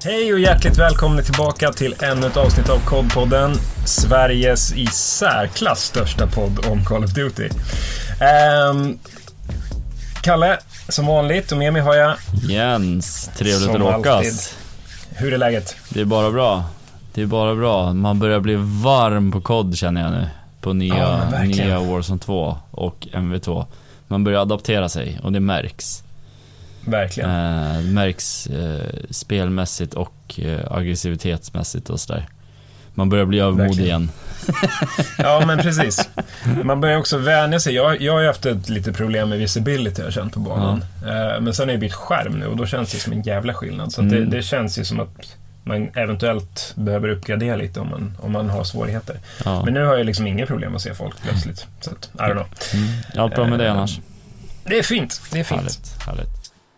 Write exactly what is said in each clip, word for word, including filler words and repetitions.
Hej och hjärtligt välkomna tillbaka till ännu ett avsnitt av Kodpodden, Sveriges i särklass största podd om Call of Duty. Um, Kalle, som vanligt, och med mig har jag Jens, trevligt att råkas. Hur är läget? Det är bara bra. Det är bara bra. Man börjar bli varm på kod, känner jag nu. På nya, ja, nya Warzone två och M V två. Man börjar adaptera sig och det märks. Verkligen. Eh, märks eh, spelmässigt och eh, aggressivitetsmässigt och sådär. Man börjar bli övermodig igen. Ja, men precis. Man börjar också vänja sig. Jag, jag har ju haft ett lite problem med visibility, jag har känt på banan. Ja. Eh, men sen har jag bytt skärm nu och då känns det som en jävla skillnad. Så mm. det, det känns ju som att man eventuellt behöver uppgradera lite om man, om man har svårigheter. Ja. Men nu har jag liksom inga problem att se folk plötsligt. Så att, I don't know. Mm. Allt bra med det annars? Det är fint. Det är fint. Härligt, härligt.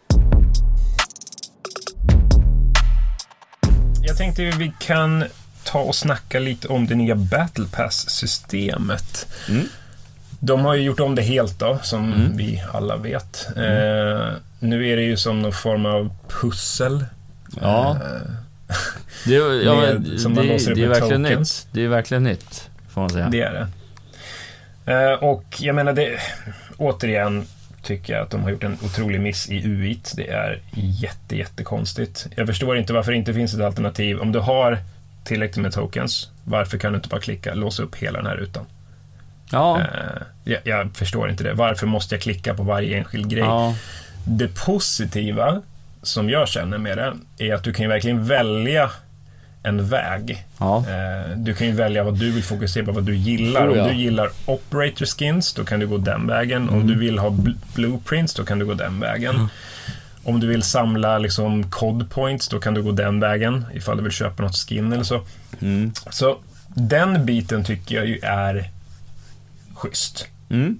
Jag tänkte att vi kan ta och snacka lite om det nya Battle Pass-systemet. Mm. De har ju gjort om det helt då, som mm. vi alla vet. Mm. Eh, nu är det ju som någon form av pussel. Ja. Eh, det, är, ja med, det, det är verkligen nytt. Det är verkligen nytt, får man säga. Det är det. Eh, och jag menar, det, återigen tycker jag att de har gjort en otrolig miss i U I T. Det är jätte, jättekonstigt. Jag förstår inte varför det inte finns ett alternativ. Om du har tillräckligt med tokens, varför kan du inte bara klicka, låsa upp hela den här rutan? Ja. Uh, jag, jag förstår inte det. Varför måste jag klicka på varje enskild grej? Ja. Det positiva som jag känner med det är att du kan ju verkligen välja en väg. Ja. Uh, du kan ju välja vad du vill fokusera på, vad du gillar. Oh, ja. Om du gillar operator skins, då kan du gå den vägen. Mm. Om du vill ha bl- blueprints, då kan du gå den vägen. Mm. Om du vill samla liksom code points, då kan du gå den vägen ifall du vill köpa något skin eller så. Mm. Så den biten tycker jag ju är schysst. Mm.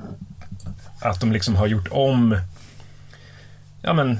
Att de liksom har gjort om, ja men,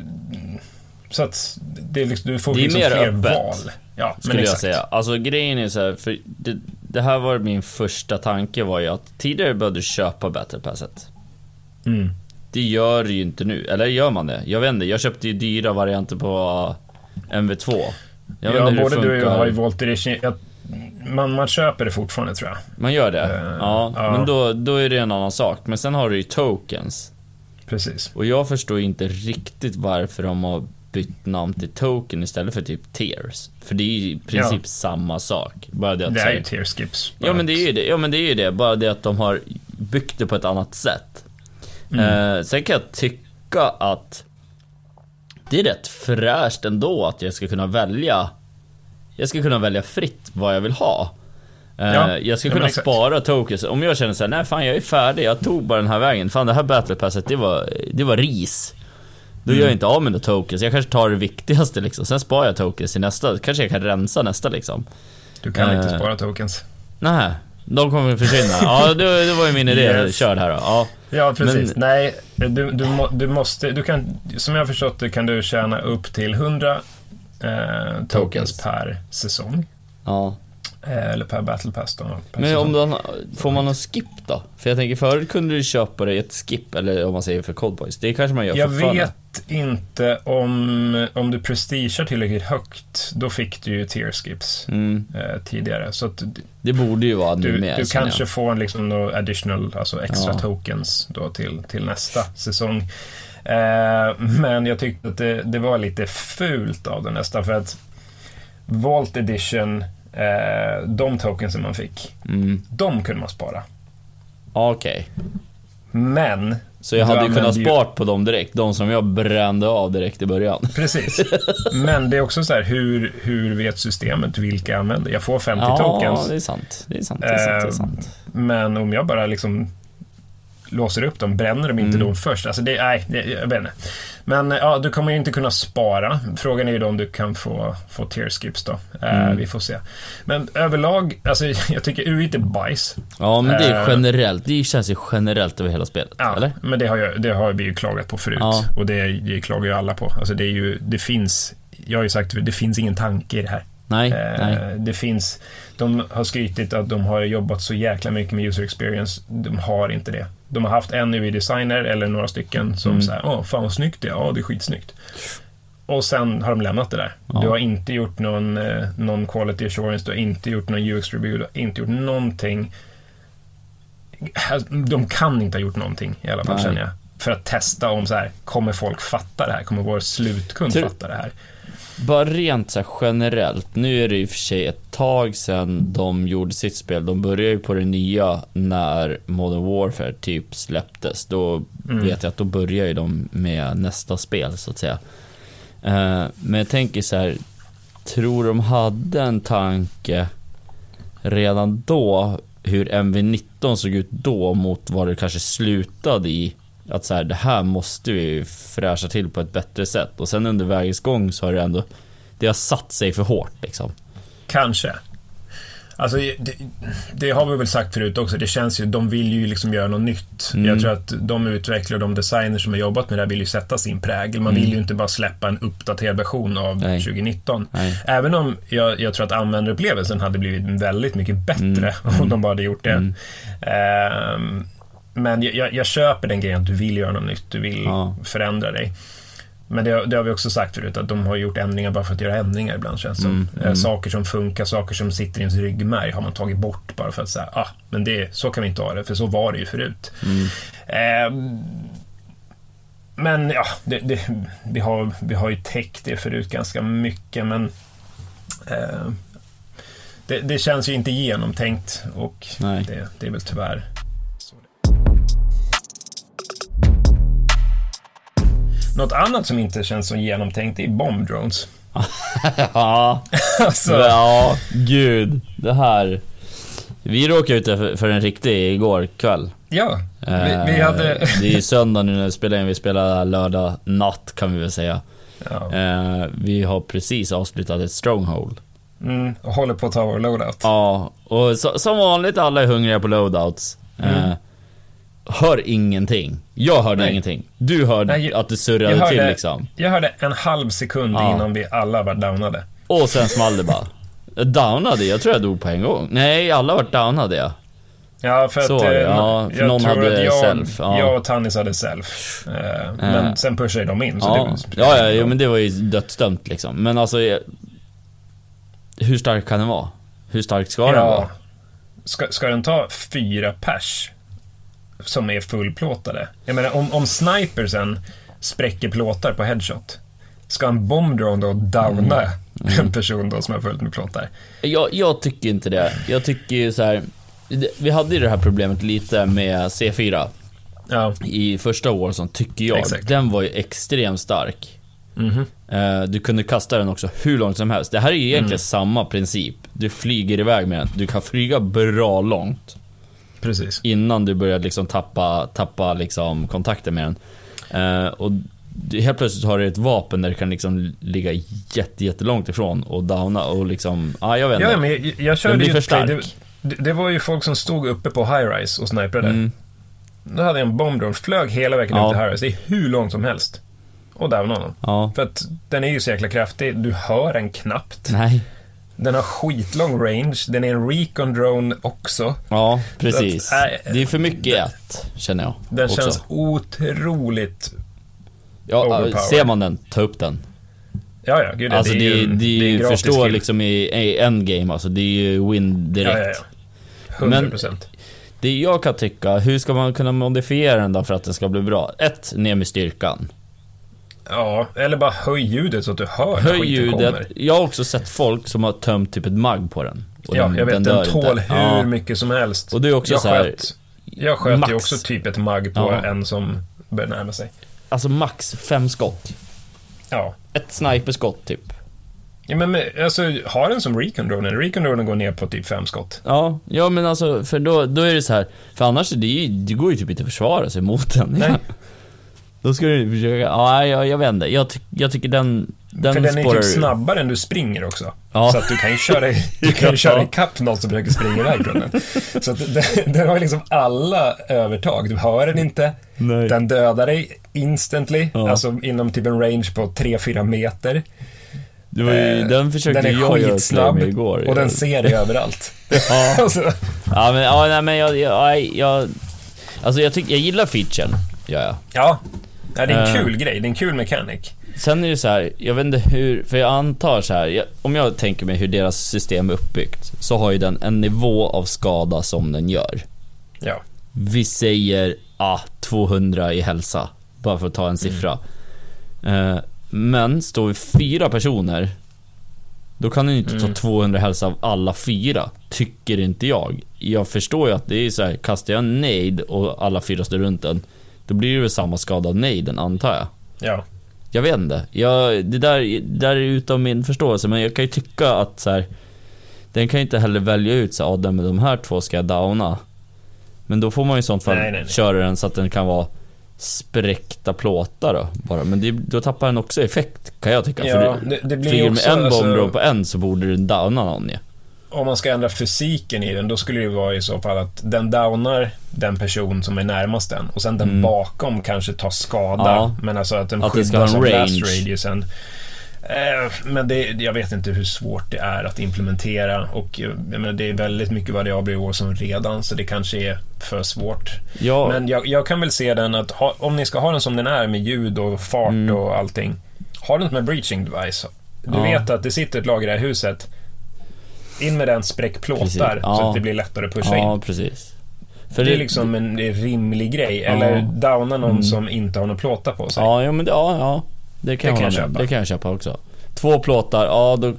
så att det, liksom, du får det är liksom mer fler öppet, val. Ja, skulle men jag säga. Alltså grejen är så här, för det, det här var min första tanke, var ju att tidigare började du köpa Battle Passet. Mm. Det gör ju inte nu. Eller gör man det? Jag vet inte, jag köpte ju dyra varianter på M V två. Jag ja, både du och jag har ju valt det. Man, man köper det fortfarande, tror jag. Man gör det? Uh, ja, ja, men då, då är det en annan sak. Men sen har du ju tokens. Precis. Och jag förstår inte riktigt varför de har bytt namn till token istället för typ tiers. För det är ju i princip ja. samma sak. Bara det att det är säga, ju tier skips. Ja men, det är ju det. ja, men det är ju det. Bara det att de har byggt det på ett annat sätt. Mm. Eh, sen kan jag tycka att det är rätt fräscht ändå att jag ska kunna välja. Jag ska kunna välja fritt vad jag vill ha. eh, ja, Jag ska kunna spara tokens. Om jag känner så här, nej fan jag är färdig, jag tog bara den här vägen. Fan det här battle passet, det var, det var ris. Då mm. gör jag inte av med några tokens. Jag kanske tar det viktigaste liksom. Sen sparar jag tokens i nästa. Kanske jag kan rensa nästa liksom. Du kan eh, inte spara tokens. Nej, de kommer att försvinna. Ja, det, det var ju min idé. Yes. Kör här då. Ja. Ja, precis. Men, nej, du, du, må, du måste, du kan, som jag har förstått det, kan du tjäna upp till hundra eh, tokens, tokens per säsong. Ja. Eh, eller per battle pass då. Per Men säsong. om du, får man någon skip då? För jag tänker, förut kunde du köpa dig ett skip, eller om man säger för Cold Boys. Det kanske man gör jag för vet inte om, om du prestigear tillräckligt högt, då fick du ju tier skips mm. eh, tidigare. Så att det borde ju vara du, med, du kanske jag. får en liksom no additional, alltså extra ja. tokens då till, till nästa säsong. Eh, men jag tyckte att det, det var lite fult av det nästan, för att Vault Edition, eh, de tokensen man fick, mm. de kunde man spara. Okej. Okay. Men så jag hade ju kunnat spara på dem direkt, de som jag brände av direkt i början. Precis. Men det är också så här, hur, hur vet systemet vilka jag använder? Jag får femtio ja, tokens. Ja, det är sant. Det är sant, det är sant, det är sant. Men om jag bara liksom låser upp dem, bränner de inte mm. dem först. Alltså det, nej, det, jag vet inte. Men ja, du kommer ju inte kunna spara. Frågan är ju då om du kan få, få tier skips då. Mm. Uh, vi får se. Men överlag, alltså jag tycker U I är bajs. Ja, men det är uh, generellt. Det känns ju generellt över hela spelet, ja, eller? Men det har, jag, det har vi ju klagat på förut. Ja. Och det, det klagar ju alla på. Alltså det är ju, det finns, jag har ju sagt, det finns ingen tanke i det här. Nej, uh, nej. Det finns, de har skrytit att de har jobbat så jäkla mycket med user experience. De har inte det. De har haft en U I-designer eller några stycken som mm. säger, åh fan vad snyggt det är, ja det är skitsnyggt. och sen har de lämnat det där. Ja. Du har inte gjort någon, eh, någon quality assurance, du har inte gjort någon U X review, du har inte gjort någonting. De kan inte ha gjort någonting i alla fall, känner jag. För att testa om så här, kommer folk fatta det här? Kommer vår slutkund Tur- fatta det här? Bara rent så här generellt. Nu är det i och för sig ett tag sedan de gjorde sitt spel. De började ju på det nya när Modern Warfare typ släpptes. Då mm. vet jag att då börjar ju de med nästa spel, så att säga. Uh, men jag tänker så här, tror de hade en tanke redan då hur M V nitton såg ut då mot vad det kanske slutade i, att så här, det här måste vi fräscha till på ett bättre sätt, och sen under vägens gång så har det ändå, det har satt sig för hårt liksom. Kanske. Alltså det, det har vi väl sagt förut också, det känns ju, de vill ju liksom göra något nytt. Mm. Jag tror att de utvecklare, de designers som har jobbat med det här vill ju sätta sin prägel. Man mm. vill ju inte bara släppa en uppdaterad version av Nej. tjugo nitton. Nej. Även om jag, jag tror att användarupplevelsen hade blivit väldigt mycket bättre mm. om de bara hade gjort det. Mm. Um, men jag, jag köper den grejen att du vill göra något nytt, du vill ja. förändra dig. Men det, det har vi också sagt förut, att de har gjort ändringar bara för att göra ändringar ibland, känns som. Mm, mm. Saker som funkar, saker som sitter i ens ryggmärg har man tagit bort bara för att säga, ah, men det, så kan vi inte ha det, för så var det ju förut. Mm. Eh, men ja, det, det, vi, har, vi har ju täckt det förut ganska mycket, men eh, det, det känns ju inte genomtänkt, och det, det är väl tyvärr. Något annat som inte känns så genomtänkt är bomb drones. Ja. Alltså. Ja, gud. Det här. Vi råkade ut för, för en riktig igår kväll. Ja, vi, vi hade... Det är söndag nu när vi spelar in. Vi spelar lördag natt, kan vi väl säga. Ja. Vi har precis avslutat ett stronghold. Mm, och håller på att ta vår loadout. Ja, och så, som vanligt, alla är hungriga på loadouts. Mm. Hör ingenting. Jag hörde Nej. ingenting. Du hörde Nej, jag, att det surrade hörde, till liksom. Jag hörde en halv sekund ja. innan vi alla var downade. Och sen small det bara. Downade? Jag tror jag dog på en gång. Nej, alla var downade, ja. Ja, för så, att ja, för jag någon tror hade att jag, self. Ja. Jag och Tannis hade self. Eh, men äh. sen pushade de in. Så ja. det ja, ja, ja, men det var ju dödsdömt liksom. Men alltså, hur stark kan den vara? Hur stark ska ja. den vara? Ska, ska den ta fyra pers som är fullplåtade? Jag menar, om, om snipersen spräcker plåtar på headshot, ska en bomb drone då downa mm. Mm. en person då som har fullt med plåtar? Jag, jag tycker inte det. Jag tycker ju så här, vi hade ju det här problemet lite med C fyra ja. i första året, som tycker jag. Exakt. Den var ju extremt stark. Mm-hmm. Du kunde kasta den också hur långt som helst. Det här är ju egentligen mm. samma princip. Du flyger iväg med den. Du kan flyga bra långt. Precis. Innan du börjar liksom tappa, tappa liksom kontakten med den. Uh, och helt plötsligt har du ett vapen där du kan liksom ligga jätte, jättelångt ifrån och downa och liksom, ja ah, jag vet inte. Ja, men jag, jag körde ju för stark. Det, det var ju folk som stod uppe på high-rise och snipade. Mm. Då hade jag en bomb drone, flög hela vägen ja. upp till high-rise. Det är hur långt som helst. Och downade honom. Ja. För att den är ju så jäkla kraftig. Du hör den knappt. Nej. Den har skitlång range. Den är en recon drone också. Ja, precis. Att, äh, det är för mycket den, ett, känner jag. Den också. Känns otroligt ja, overpowered. Ser man den, ta upp den. Ja, ja, gud, alltså det, det, är ju, det, det är ju förstår liksom i, i endgame, alltså det är ju win direkt. Ja, ja, ja. hundra procent. Men det jag kan tycka, hur ska man kunna modifiera den då för att den ska bli bra? Ett, ner med styrkan. Ja, eller bara höj ljudet så att du hör höj ljudet. Jag har också sett folk som har tömt typ ett mag på den. Och ja, den, jag vet, den, den tål inte. hur ja. mycket som helst. Och det är också jag så här, sköt, jag sköt ju också typ ett mag på ja. en som börjar närma sig. Alltså max fem skott. Ja. Ett sniperskott typ. Ja, men alltså, har den som recon drone. Recon drone går ner på typ fem skott. Ja, ja men alltså, för då, då är det så här. För annars det, är, det går ju typ inte att försvara sig mot den. Nej. Då ska du försöka, ja, jag, jag vet inte. Jag, ty, jag tycker den, den för den spårar... är typ snabbare än du springer också. Ja. Så att du kan ju köra, du kan ju köra i kapp någon som försöker springa iväg från den. Så att den, den har liksom alla övertag. Du hör den inte. Nej. Den dödar dig instantly. Ja. Alltså inom typ en range på tre fyra meter. Det var ju, eh, den försökte den är jag skitsnabb göra igår. Och den ser dig överallt. Ja. Alltså. Ja, men, ja, nej, men jag, jag, jag... Alltså jag, tycker, jag gillar featuren. Ja, ja. Ja. Ja, det är en kul uh, grej, det är en kul mekanik. sen är det så här, jag vet inte hur, för jag antar så här, jag, om jag tänker mig hur deras system är uppbyggt, så har ju den en nivå av skada som den gör. Ja. Vi säger ah, tvåhundra i hälsa, bara för att ta en siffra. Mm. eh, Men står vi fyra personer, då kan den inte ta mm. tvåhundra hälsa av alla fyra, tycker inte jag. Jag förstår ju att det är så här, kastar jag en nade och alla fyra står runt den, då blir det väl samma skada av naden, antar jag. Ja. Jag vet inte. Jag, det, där, det där är utom min förståelse, men jag kan ju tycka att så här, den kan ju inte heller välja ut så här, med de här två ska jag downa. Men då får man ju i sånt fall nej, nej, nej. köra den så att den kan vara spräckta plåtar då, bara. Men det, då tappar den också effekt, kan jag tycka. Ja, för det, det blir flyger också, med en alltså, bomb på en, så borde den downa någon, ja. Om man ska ändra fysiken i den, då skulle det vara i så fall att den downar den person som är närmast den, och sen den mm. bakom kanske tar skada, ja. Men alltså att den att skyddas av blast radiusen. Eh, men det, jag vet inte hur svårt det är att implementera, och jag menar, det är väldigt mycket variabler i år som redan, så det kanske är för svårt. Ja. Men jag, jag kan väl se den att ha, om ni ska ha den som den är med ljud och fart mm. och allting, ha den med breaching device. Du ja. vet att det sitter ett lag i det här huset, in med den spräckplåtar ja. så att det blir lättare att pusha ja, in. Precis. För det är liksom en rimlig grej. Ja. Eller downa någon mm. som inte har någon plåta på sig. Ja, ja men det, ja, ja. Det kan, det, jag kan jag det kan jag köpa också. Två plåtar, ja då...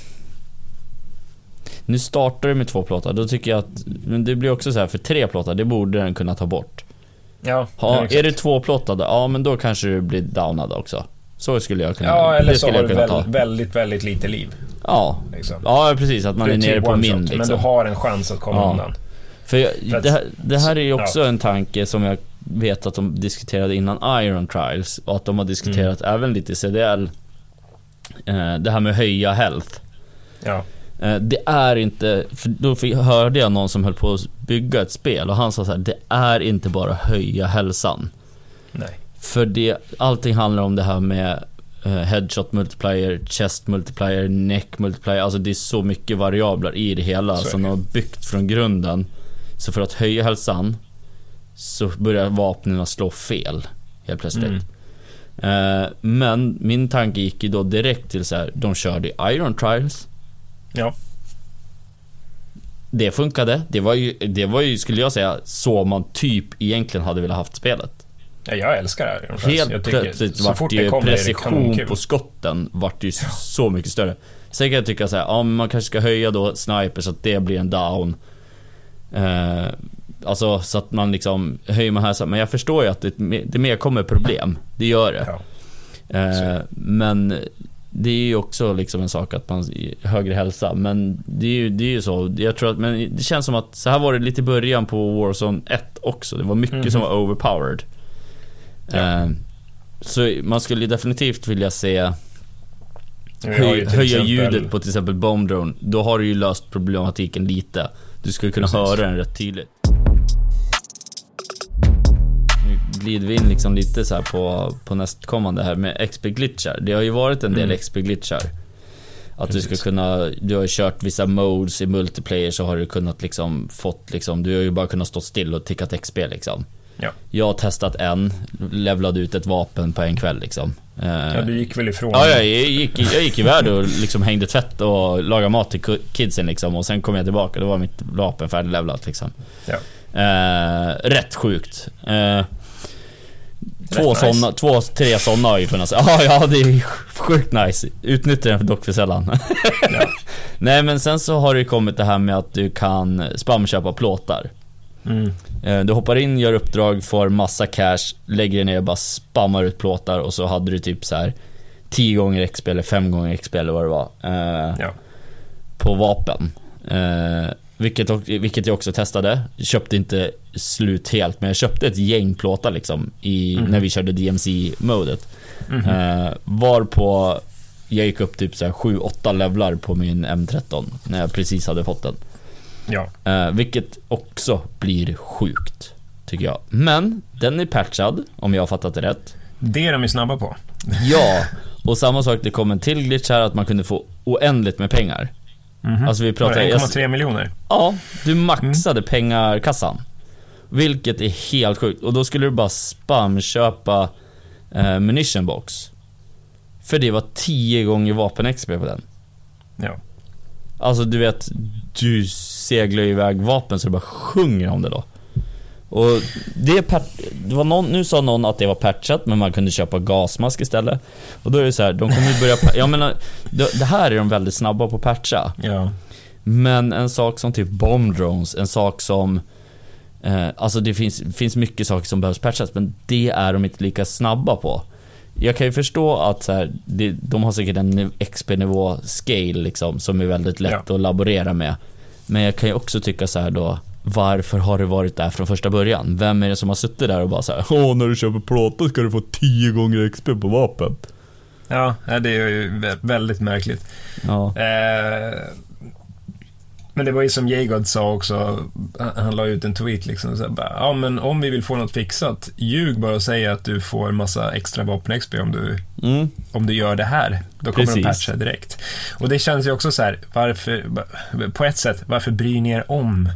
Nu startar det med två plåtar. Då tycker jag att, men det blir också så här, för tre plåtar, det borde den kunna ta bort. Ja, ha, är det två plåtade, ja men då kanske det blir downad också. Så skulle jag kunna. Ja, eller så har du väl, väldigt, väldigt lite liv. Ja, liksom. Ja precis, att man är, är nere på min liksom. Men du har en chans att komma ja. undan. För, jag, för att, det, här, det här är ju också ja. en tanke som jag vet att de diskuterade innan Iron Trials, och att de har diskuterat mm. även lite i C D L, eh, det här med höja health. Ja. eh, Det är inte, för då fick, hörde jag någon som höll på att bygga ett spel, och han sa så här: det är inte bara höja hälsan. Nej. För det, allting handlar om det här med uh, headshot multiplier, chest multiplier, neck multiplier. Alltså det är så mycket variabler i det hela som de har byggt från grunden. Så för att höja hälsan så börjar vapnen slå fel helt plötsligt. Mm. uh, Men min tanke gick ju då direkt till så här: de körde Iron Trials. Ja. Det funkade. Det var ju, det var ju, skulle jag säga, så man typ egentligen hade velat haft spelet. Ja, jag älskar det. Helt jag plötsligt vart ju precision på skotten vart ju ja. så mycket större. Sen kan jag tycka så här, ja, man kanske ska höja då sniper så att det blir en down. Eh, alltså så att man liksom höjer man här, men jag förstår ju att det, det mer kommer problem. Det gör det. Ja. Eh, men det är ju också liksom en sak att man högre hälsa, men det är ju, det är ju så. Jag tror att, men det känns som att så här var det lite i början på Warzone ett också. Det var mycket mm-hmm. som var overpowered. Ja. Uh, så man skulle definitivt vilja se höj, höja exempel... ljudet på till exempel Bomb Drone. Då har du ju löst problematiken lite. Du skulle kunna Precis. höra den rätt tydligt. Nu glider vi in liksom lite så här på, på nästkommande här med X P-glitchar. Det har ju varit en del mm. X P-glitchar. Att Precis. du ska kunna, du har ju kört vissa modes i multiplayer, så har du kunnat liksom fått liksom, du har ju bara kunnat stå still och tickat X P liksom. Ja. Jag har testat en, levlade ut ett vapen på en kväll liksom. Ja, du gick väl ifrån? Ja, jag gick, jag gick iväg och liksom hängde tvätt och lagade mat till kidsen liksom. Och sen kom jag tillbaka, då var mitt vapen färdiglevlat liksom. Ja. eh, Rätt sjukt. eh, Två nice. såna, två, tre såna har ju funnits. Ja, ja, det är sjukt nice. Utnyttjar den för dock för sällan. Ja. Nej, men sen så har det kommit det här med att du kan spamköpa plåtar. Mm. Du hoppar in, gör uppdrag, får massa cash, lägger ner och bara spammar ut plåtar, och så hade du typ så här tio gånger X P eller fem gånger X P eller vad det var eh, ja. på vapen. Eh, vilket, vilket jag också testade. Köpte inte slut helt, men jag köpte ett gäng plåtar liksom i, mm. när vi körde D M C-modet. Mm. Eh, var på jag gick upp typ så här sju åtta levlar på min M tretton när jag precis hade fått den. Ja. Uh, vilket också blir sjukt, tycker jag. Men den är patchad, om jag har fattat det rätt. Det är de ju snabba på. Ja, och samma sak, det kom en till glitch här, att man kunde få oändligt med pengar. Mm-hmm. Alltså vi pratar en komma tre miljoner. Ja, du maxade mm. pengarkassan. Vilket är helt sjukt. Och då skulle du bara spamköpa uh, munition box. För det var tio gånger vapen-X P på den. Ja. Alltså du vet, du seglar iväg vapen så du bara sjunger om det då. Och det är pat- det var någon, nu sa någon att det var patchat, men man kunde köpa gasmask istället. Och då är det så här, de kommer ju börja pa- jag menar, det, det här är de väldigt snabba på att patcha. Ja. Men en sak som typ bomb drones, en sak som eh, alltså det finns, finns mycket saker som behövs patchas, men det är de inte lika snabba på. Jag kan ju förstå att så här, det, de har säkert en X P-nivå scale liksom, som är väldigt lätt ja. att laborera med. Men jag kan ju också tycka så här då, varför har det varit där från första början? Vem är det som har suttit där och bara så här, åh, när du köper plåta ska du få tio gånger X P på vapen? Ja, det är ju väldigt märkligt. Ja. Eh, men det var ju som Jagod sa också, han la ut en tweet liksom så här, bara, ja men om vi vill få något fixat, ljug bara och säga att du får massa extra vapen-X P om du, mm. om du gör det här. Då kommer Precis. de patcha direkt. Och det känns ju också så här, varför, på ett sätt, varför bryr ni er om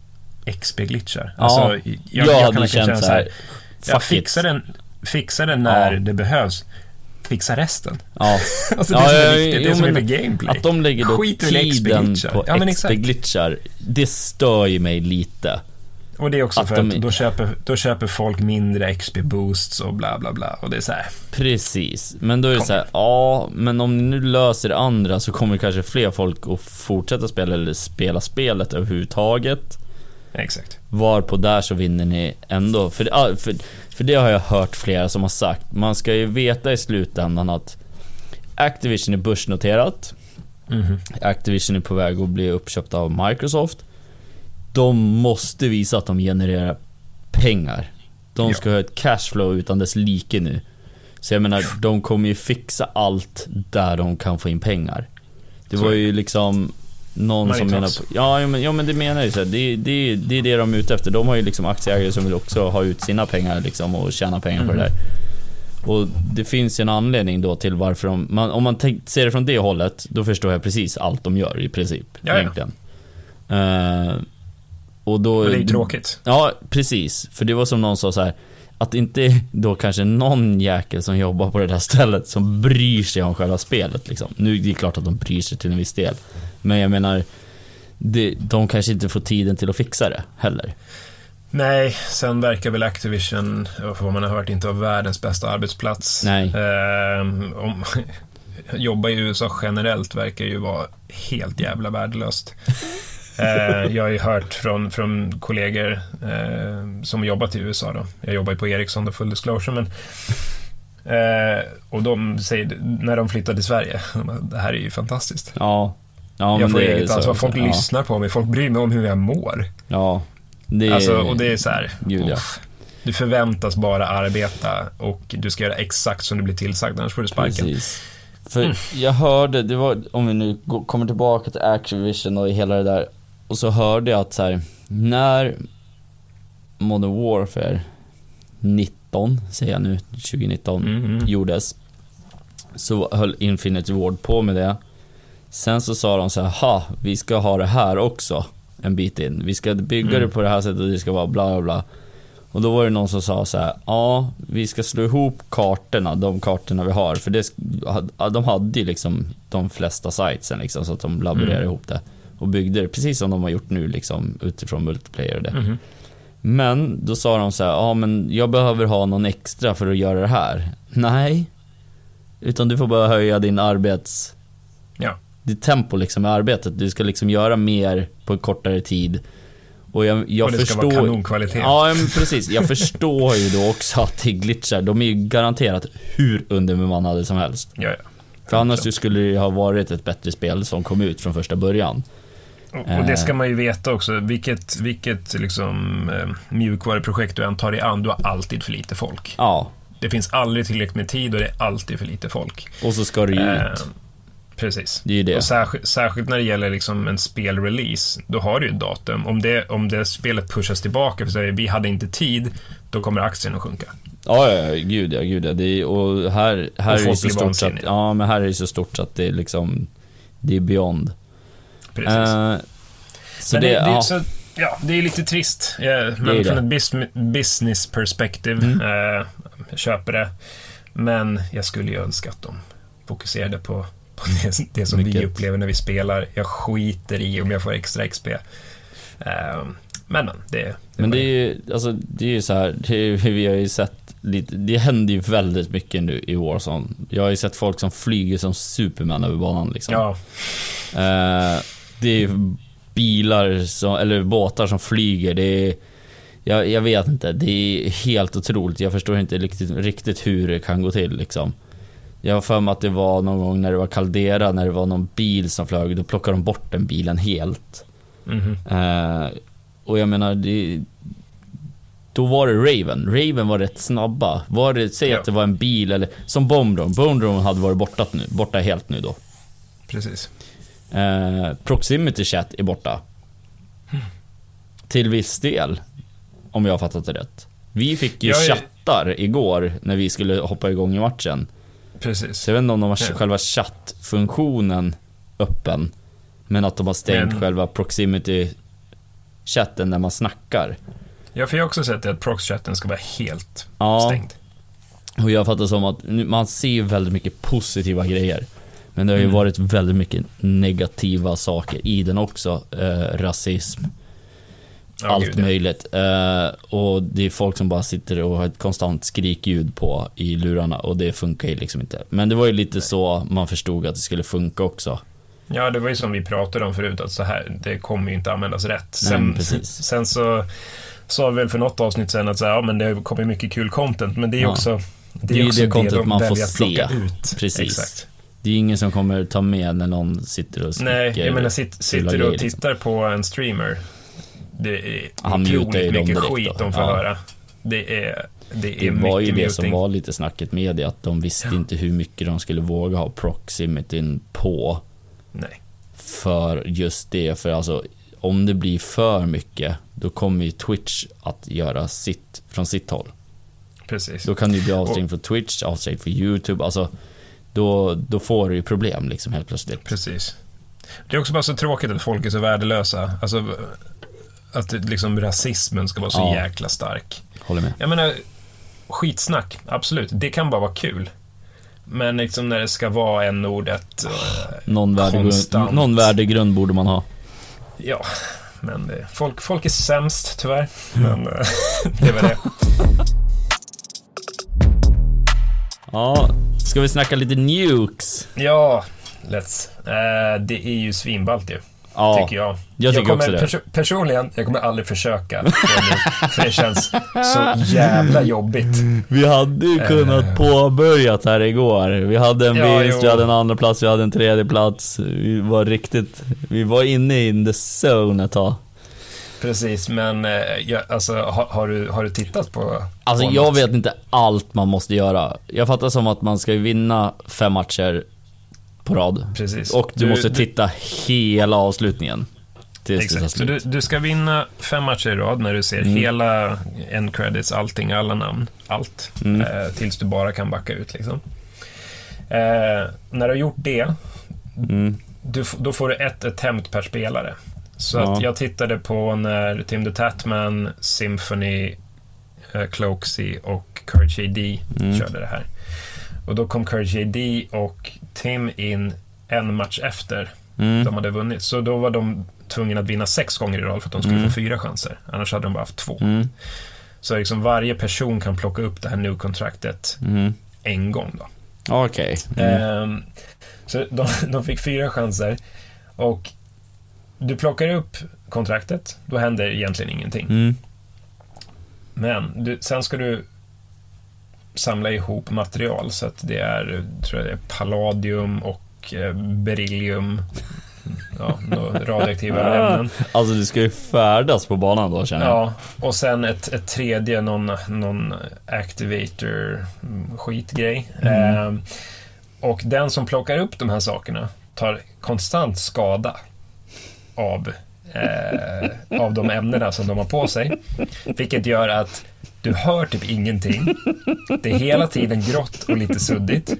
X P-glitchar? Ja, alltså, jag, jag, jag kan känna så här, jag fixar den, fixar den när ja. det behövs. Fixa resten. Ja. Alltså det ja, som är ja, viktigt, jo, det som är för gameplay. Att de lägger då tiden på ja, X P-glitchar, det stör ju mig lite. Och det är också att för de... att då köper, då köper folk mindre X P-boosts och bla bla bla. Och det är så här. Precis, men då är det Kom. så här, ja, men om ni nu löser det andra så kommer kanske fler folk att fortsätta spela eller spela spelet överhuvudtaget. Exakt. Varpå där så vinner ni ändå. För, för, för det har jag hört flera som har sagt. Man ska ju veta i slutändan att Activision är börsnoterat. Mm-hmm. Activision är på väg att bli uppköpt av Microsoft. De måste visa att de genererar pengar. De ska ja. ha ett cashflow utan dess like nu. Så jag menar, de kommer ju fixa allt där de kan få in pengar. Det så. var ju liksom någon Man som menar på, ja, men, ja men det menar ju så här, det, det, det är det de är ute efter. De har ju liksom aktieägare som vill också ha ut sina pengar liksom, och tjäna pengar mm. på det där. Och det finns ju en anledning då till varför de, man, om man tänk, ser det från det hållet, då förstår jag precis allt de gör i princip. Ja, egentligen. Ja. Uh, och då, och det är ju tråkigt. Ja, precis. För det var som någon sa så här, att inte då kanske någon jäkel som jobbar på det där stället som bryr sig om själva spelet liksom. Nu är det klart att de bryr sig till en viss del, men jag menar det, de kanske inte får tiden till att fixa det heller. Nej, sen verkar väl Activision, vad man har hört, inte vara världens bästa arbetsplats. Nej. Eh, om, jobba i U S A generellt verkar ju vara helt jävla värdelöst. eh, jag har ju hört från, från kollegor eh, som har jobbat i U S A då. Jag jobbar ju på Ericsson, då, full disclosure, men eh, och de säger, när de flyttade till Sverige, det här är ju fantastiskt. Ja. Ja, jag får eget så, ansvar, folk ja. lyssnar på mig, folk bryr mig om hur jag mår. Ja. Det är, alltså, och det är så här, Gud, ja. du förväntas bara arbeta och du ska göra exakt som du blir tillsagd, annars får du sparken. Precis. För mm. jag hörde, det var, om vi nu kommer tillbaka till Activision och hela det där, och så hörde jag att så här, när Modern Warfare nitton, säger jag nu, tjugonitton mm-hmm. gjordes, så höll Infinity Ward på med det. Sen så sa de så här, ha, vi ska ha det här också en bit in. Vi ska bygga mm. det på det här sättet och det ska vara bla bla bla. Och då var det någon som sa så här, ja, vi ska slå ihop kartorna, de kartorna vi har, för det, de hade ju liksom de flesta sitesen liksom, så att de laborerade mm. ihop det och byggde det precis som de har gjort nu liksom, utifrån multiplayer och det. Mm. Men då sa de så här, ja, men jag behöver ha någon extra för att göra det här. Nej, utan du får bara höja din arbets ja. ditt tempo liksom i arbetet. Du ska liksom göra mer på en kortare tid. Och jag, jag och det förstår, ska vara kanonkvalitet. Ja, men precis. Jag förstår ju då också att det glitchar. De är ju garanterat hur underbemannade som helst. Ja, ja. För annars så skulle det ha varit ett bättre spel som kom ut från första början. Och, och det ska man ju veta också. Vilket, vilket liksom, eh, mjukvaruprojekt du än tar dig an, du har alltid för lite folk. Ja. Det finns aldrig tillräckligt med tid och det är alltid för lite folk. Och så ska det ju eh, ut. Precis. Det är ju det. Och särskilt, särskilt när det gäller liksom en spelrelease, då har du ju ett datum. Om det, om det spelet pushas tillbaka, för att vi hade inte tid, då kommer aktien att sjunka. Ja, ja, gud ja, gud ja. Det är, och här, här och är det så stort så att, ja, men här är det så stort så att det är liksom, det är beyond. Precis. Uh, så men det, det, det, ja. så, ja, det är lite trist. Ja, men från ett bis- business perspektiv mm. uh, jag köper det. Men jag skulle ju önska att de fokuserade på, på det, det som Vilket? vi upplever när vi spelar. Jag skiter i om jag får extra X P. Uh, men men, det, det Men det är ju, alltså, det är ju så här, det är, vi har ju sett lite, det händer ju väldigt mycket nu i Warzone. Jag har ju sett folk som flyger som Superman över banan liksom. Ja. Uh, det är ju bilar som, eller båtar som flyger. Det är, jag, jag vet inte, det är helt otroligt. Jag förstår inte riktigt, riktigt hur det kan gå till liksom. Jag har för mig att det var någon gång när det var Caldera, när det var någon bil som flög, då plockade de bort den bilen helt. Mm-hmm. uh, Och jag menar det, då var det Raven. Raven var rätt snabba. Var det, säg ja. att det var en bil eller som Bomb-Drone. Bomb-Drone hade varit borta nu, borta helt nu då. Precis. Eh, Proximity chat är borta. Mm. Till viss del, om jag har fattat det rätt. Vi fick ju jag chattar är... igår när vi skulle hoppa igång i matchen. Precis. Så jag vet inte om de har ja. själva chattfunktionen öppen, men att de har stängt men... själva Proximity chatten när man snackar. Ja, för jag har också sett att prox-chatten ska vara helt ja. stängd. Och jag fattar som att man ser väldigt mycket positiva grejer, men det har ju mm. varit väldigt mycket negativa saker i den också. eh, Rasism, ja, allt gud, möjligt. eh, Och det är folk som bara sitter och har ett konstant skrikljud på i lurarna, och det funkar ju liksom inte. Men det var ju lite Nej. så man förstod att det skulle funka också. Ja, det var ju som vi pratade om förut, att så här, det kommer ju inte användas rätt. Sen, Nej, precis. sen så sa vi väl för något avsnitt sen att så här, ja, men det kommer mycket kul content, men det är ja. också det är, det är också det, content de man får se. Ut. Precis. Exakt. Det är ingen som kommer ta med när någon sitter och skriker. Nej, jag menar sit, sitter och tittar liksom på en streamer. Det är Han otroligt mycket direkt, skit då. de får ja. höra. Det är det, är det var ju det muting. som var lite snacket med det, att de visste ja. inte hur mycket de skulle våga ha proximityn på. Nej. För just det, för alltså om det blir för mycket, då kommer ju Twitch att göra sitt från sitt håll. Precis. Då kan det ju bli avstängd från Twitch, avstängd från YouTube, alltså då, då får du ju problem liksom helt plötsligt. Precis. Det är också bara så tråkigt att folk är så värdelösa. Alltså att liksom rasismen ska vara så ja. jäkla stark. Håller med. Jag menar, skitsnack, absolut. Det kan bara vara kul. Men liksom när det ska vara en ordet eh, någon, värdegrund, någon värdegrund borde man ha. Ja, men det, folk, folk är sämst tyvärr. Men det var det. Ja, ska vi snacka lite nukes? Ja, let's. Eh, det är ju svinballt ju. Ja, tycker jag. Jag, tycker jag kommer, också det. Perso- personligen, jag kommer aldrig försöka. För det känns så jävla jobbigt. Vi hade ju kunnat uh. påbörjat här igår. Vi hade en ja, vinst, jo. vi hade en andra plats, vi hade en tredje plats. Vi var riktigt, vi var inne in the zone ett tag. Precis, men ja, alltså, har, har, du, har du tittat på Alltså på jag något? vet inte allt man måste göra. Jag fattar som att man ska vinna fem matcher på rad. Precis. Och du, du måste titta du, hela avslutningen. Exakt, så du, du ska vinna fem matcher i rad när du ser mm. hela end credits, allting, alla namn, allt. Mm. Eh, tills du bara kan backa ut liksom. Eh, när du har gjort det mm. du, då får du ett attempt per spelare. Så ja. att jag tittade på när Tim the Tatman, Symphony, eh, Cloaksy och Courage A D mm. körde det här. Och då kom Courage A D och Tim in en match efter mm. de hade vunnit. Så då var de tvungna att vinna sex gånger i rad för att de skulle mm. få fyra chanser. Annars hade de bara haft två. Mm. Så liksom varje person kan plocka upp det här nu-kontraktet mm. en gång då. Okej. Okay. Mm. Um, så de, de fick fyra chanser. Och du plockar upp kontraktet, då händer egentligen ingenting. Mm. Men du, sen ska du samla ihop material, så att det är, tror jag det är palladium och eh, beryllium, ja, radioaktiva ämnen. Alltså du ska ju färdas på banan då, känner jag. Ja, och sen ett, ett tredje, någon, någon activator skitgrej. Mm. Eh, och den som plockar upp de här sakerna tar konstant skada av eh, av de ämnena som de har på sig, vilket gör att du hör typ ingenting. Det är hela tiden grått och lite suddigt.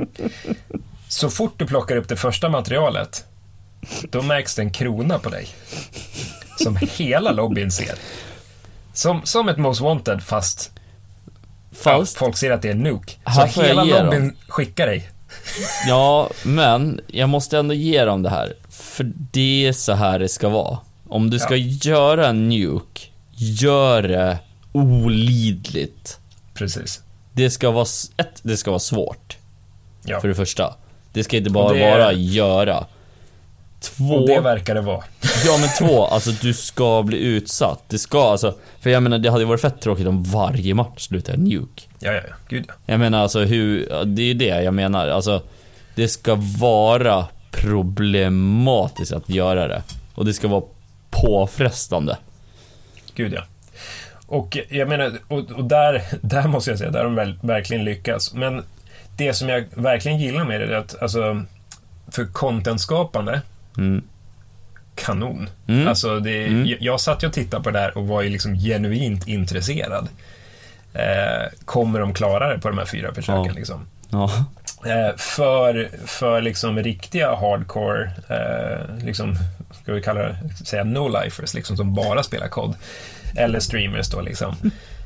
Så fort du plockar upp det första materialet, då märks det en krona på dig som hela lobbyn ser. Som, som ett Most Wanted, fast, fast ja, folk ser att det är en nuke. Så hela lobbyn skickar dig. Ja, men jag måste ändå ge dem det här. För det är så här det ska vara. Om du ska ja. göra en nuke, gör det olidligt. Precis. Det ska vara ett, det ska vara svårt. Ja. För det första. Det ska inte bara det... vara göra. Två. Och det verkar det vara. Ja, men två, alltså du ska bli utsatt. Det ska alltså, för jag menar det hade varit fett tråkigt om varje match slutar nuke. Ja, ja, ja. Gud ja. Jag menar alltså hur, det är det jag menar. Alltså det ska vara problematiskt att göra det. Och det ska vara påfrestande. Gud ja. Och jag menar, och, och där, där måste jag säga, där har de väl, verkligen lyckats. Men det som jag verkligen gillar med det är att, alltså, för contentskapande, mm. kanon. Mm. Alltså det, mm. jag, jag satt ju och tittade på det där och var ju liksom genuint intresserad. Eh, kommer de klara det på de här fyra försöken? Ja. Liksom? Ja. Eh, för, för liksom riktiga hardcore, eh, liksom, ska vi kalla det, säga no-lifers, liksom, som bara spelar kod. Eller streamers då liksom.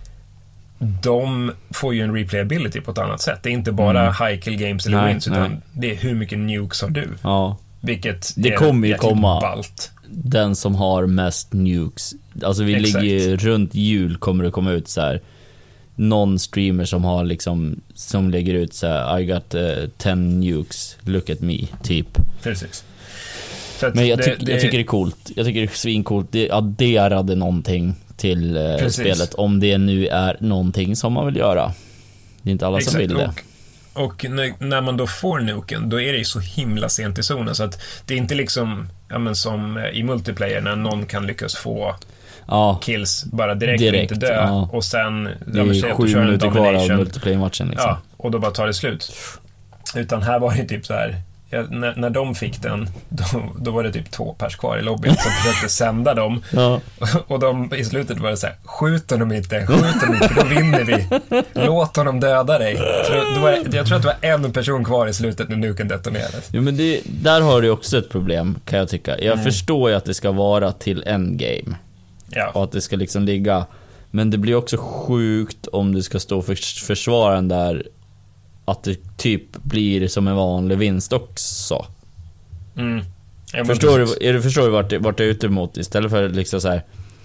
De får ju en replayability på ett annat sätt. Det är inte bara mm. high kill games eller nej, wins, utan nej. det är hur mycket nukes har du. Ja. Vilket det kommer ju komma ballt. Den som har mest nukes. Alltså vi Exakt. ligger ju runt jul, kommer det komma ut så här någon streamer som har liksom, som lägger ut så här, I got uh, ten nukes, look at me typ. Precis. Men jag, tyck, det, jag tycker det är coolt. Jag tycker det är svincoolt. Det adderade någonting till eh, spelet, om det nu är någonting som man vill göra. Det är inte alla Exakt. som vill det. Och, och när, när man då får nuken, då är det ju så himla sent i zonen, så att det är inte liksom, ja, men som i multiplayer när någon kan lyckas få ja. kills bara direkt, direkt och inte dö. Ja. Och sen det är ja, sju minuter kvar av multiplayer-matchen liksom. Ja, och då bara tar det slut. Utan här var det typ så här. Ja, när, när de fick den då, då var det typ två pers kvar i lobbyn som försökte sända dem. Ja. Och de, i slutet var det så här: skjut honom inte, skjut honom inte, då vinner vi. Låt honom döda dig. Så då var, jag tror att det var en person kvar i slutet när nuken detonerades. Jo, men det, där har du också ett problem, kan jag tycka. Jag mm. förstår ju att det ska vara till endgame. Ja. Och att det ska liksom ligga. Men det blir också sjukt om du ska stå för försvaren där, att det typ blir som en vanlig vinst också. Mm. Förstår du, är du förstår du vart, vart jag är ute emot? Istället för liksom så här,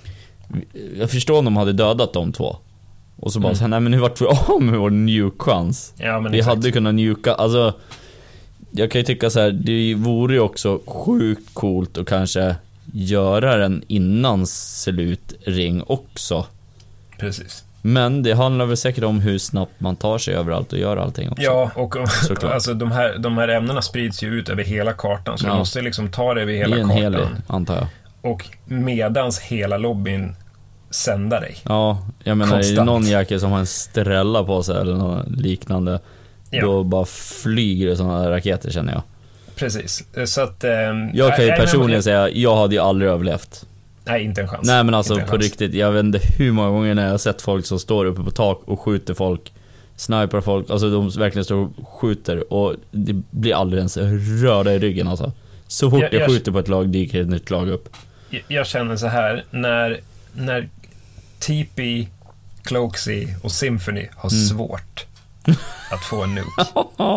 jag förstår om de hade dödat de två. Och så bara mm. så här, nej men nu vart vi av med vår nuke-chans. Ja, vi exakt. hade kunnat nuka. Alltså, jag kan ju tycka så här, det vore ju också sjukt coolt att kanske göra den innan slutring också. Precis. Men det handlar väl säkert om hur snabbt man tar sig överallt och gör allting också. Ja, och alltså, de, här, de här ämnena sprids ju ut över hela kartan. Så ja. du måste liksom ta det över hela kartan. Helig, antar jag. Och medans hela lobbyn sänder dig. Ja, jag menar, är det någon jäkel som har en strella på sig eller något liknande, ja. då bara flyger det sådana raketer, känner jag. Precis. Så att, eh, jag kan ju personligen jag... säga, jag hade ju aldrig överlevt. Nej, inte en chans. Nej, men alltså på chans. riktigt, jag vet inte hur många gånger när jag har sett folk som står uppe på tak och skjuter folk, sniper folk, alltså de verkligen står och skjuter, och det blir aldrig ens röda i ryggen alltså. Så fort jag, jag, jag skjuter på ett lag dyker ett nytt lag upp. Jag, jag känner så här, när när T P, Cloaksy och Symphony har mm. svårt att få en nuke.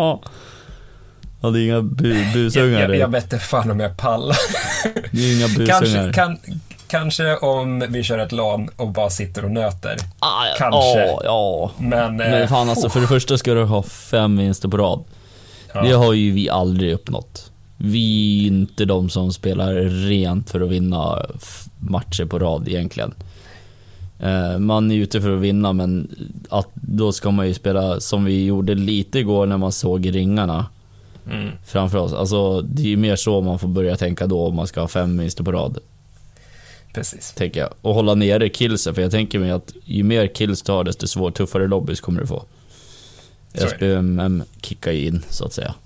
Ja, det är inga bu- busungar. Jag, jag, jag vet inte fan om jag pallar. Det är inga busungar. Kanske, kan, kanske om vi kör ett LAN och bara sitter och nöter. Ah, ja, kanske. Ja, ja. Men, Men fan, alltså, för det första ska du ha fem vinster på rad. Ja. Det har ju vi aldrig uppnått. Vi är inte de som spelar rent för att vinna matcher på rad egentligen. Man är ute för att vinna, men att då ska man ju spela som vi gjorde lite igår när man såg ringarna. Mm. Framför oss. Alltså det är ju mer så man får börja tänka då, om man ska ha fem vinster på rad. Precis. Tänker jag. Och hålla nere killsen, för jag tänker mig att ju mer kills du har, desto svår, tuffare lobbys kommer du få. S B M M kickar in, så att säga.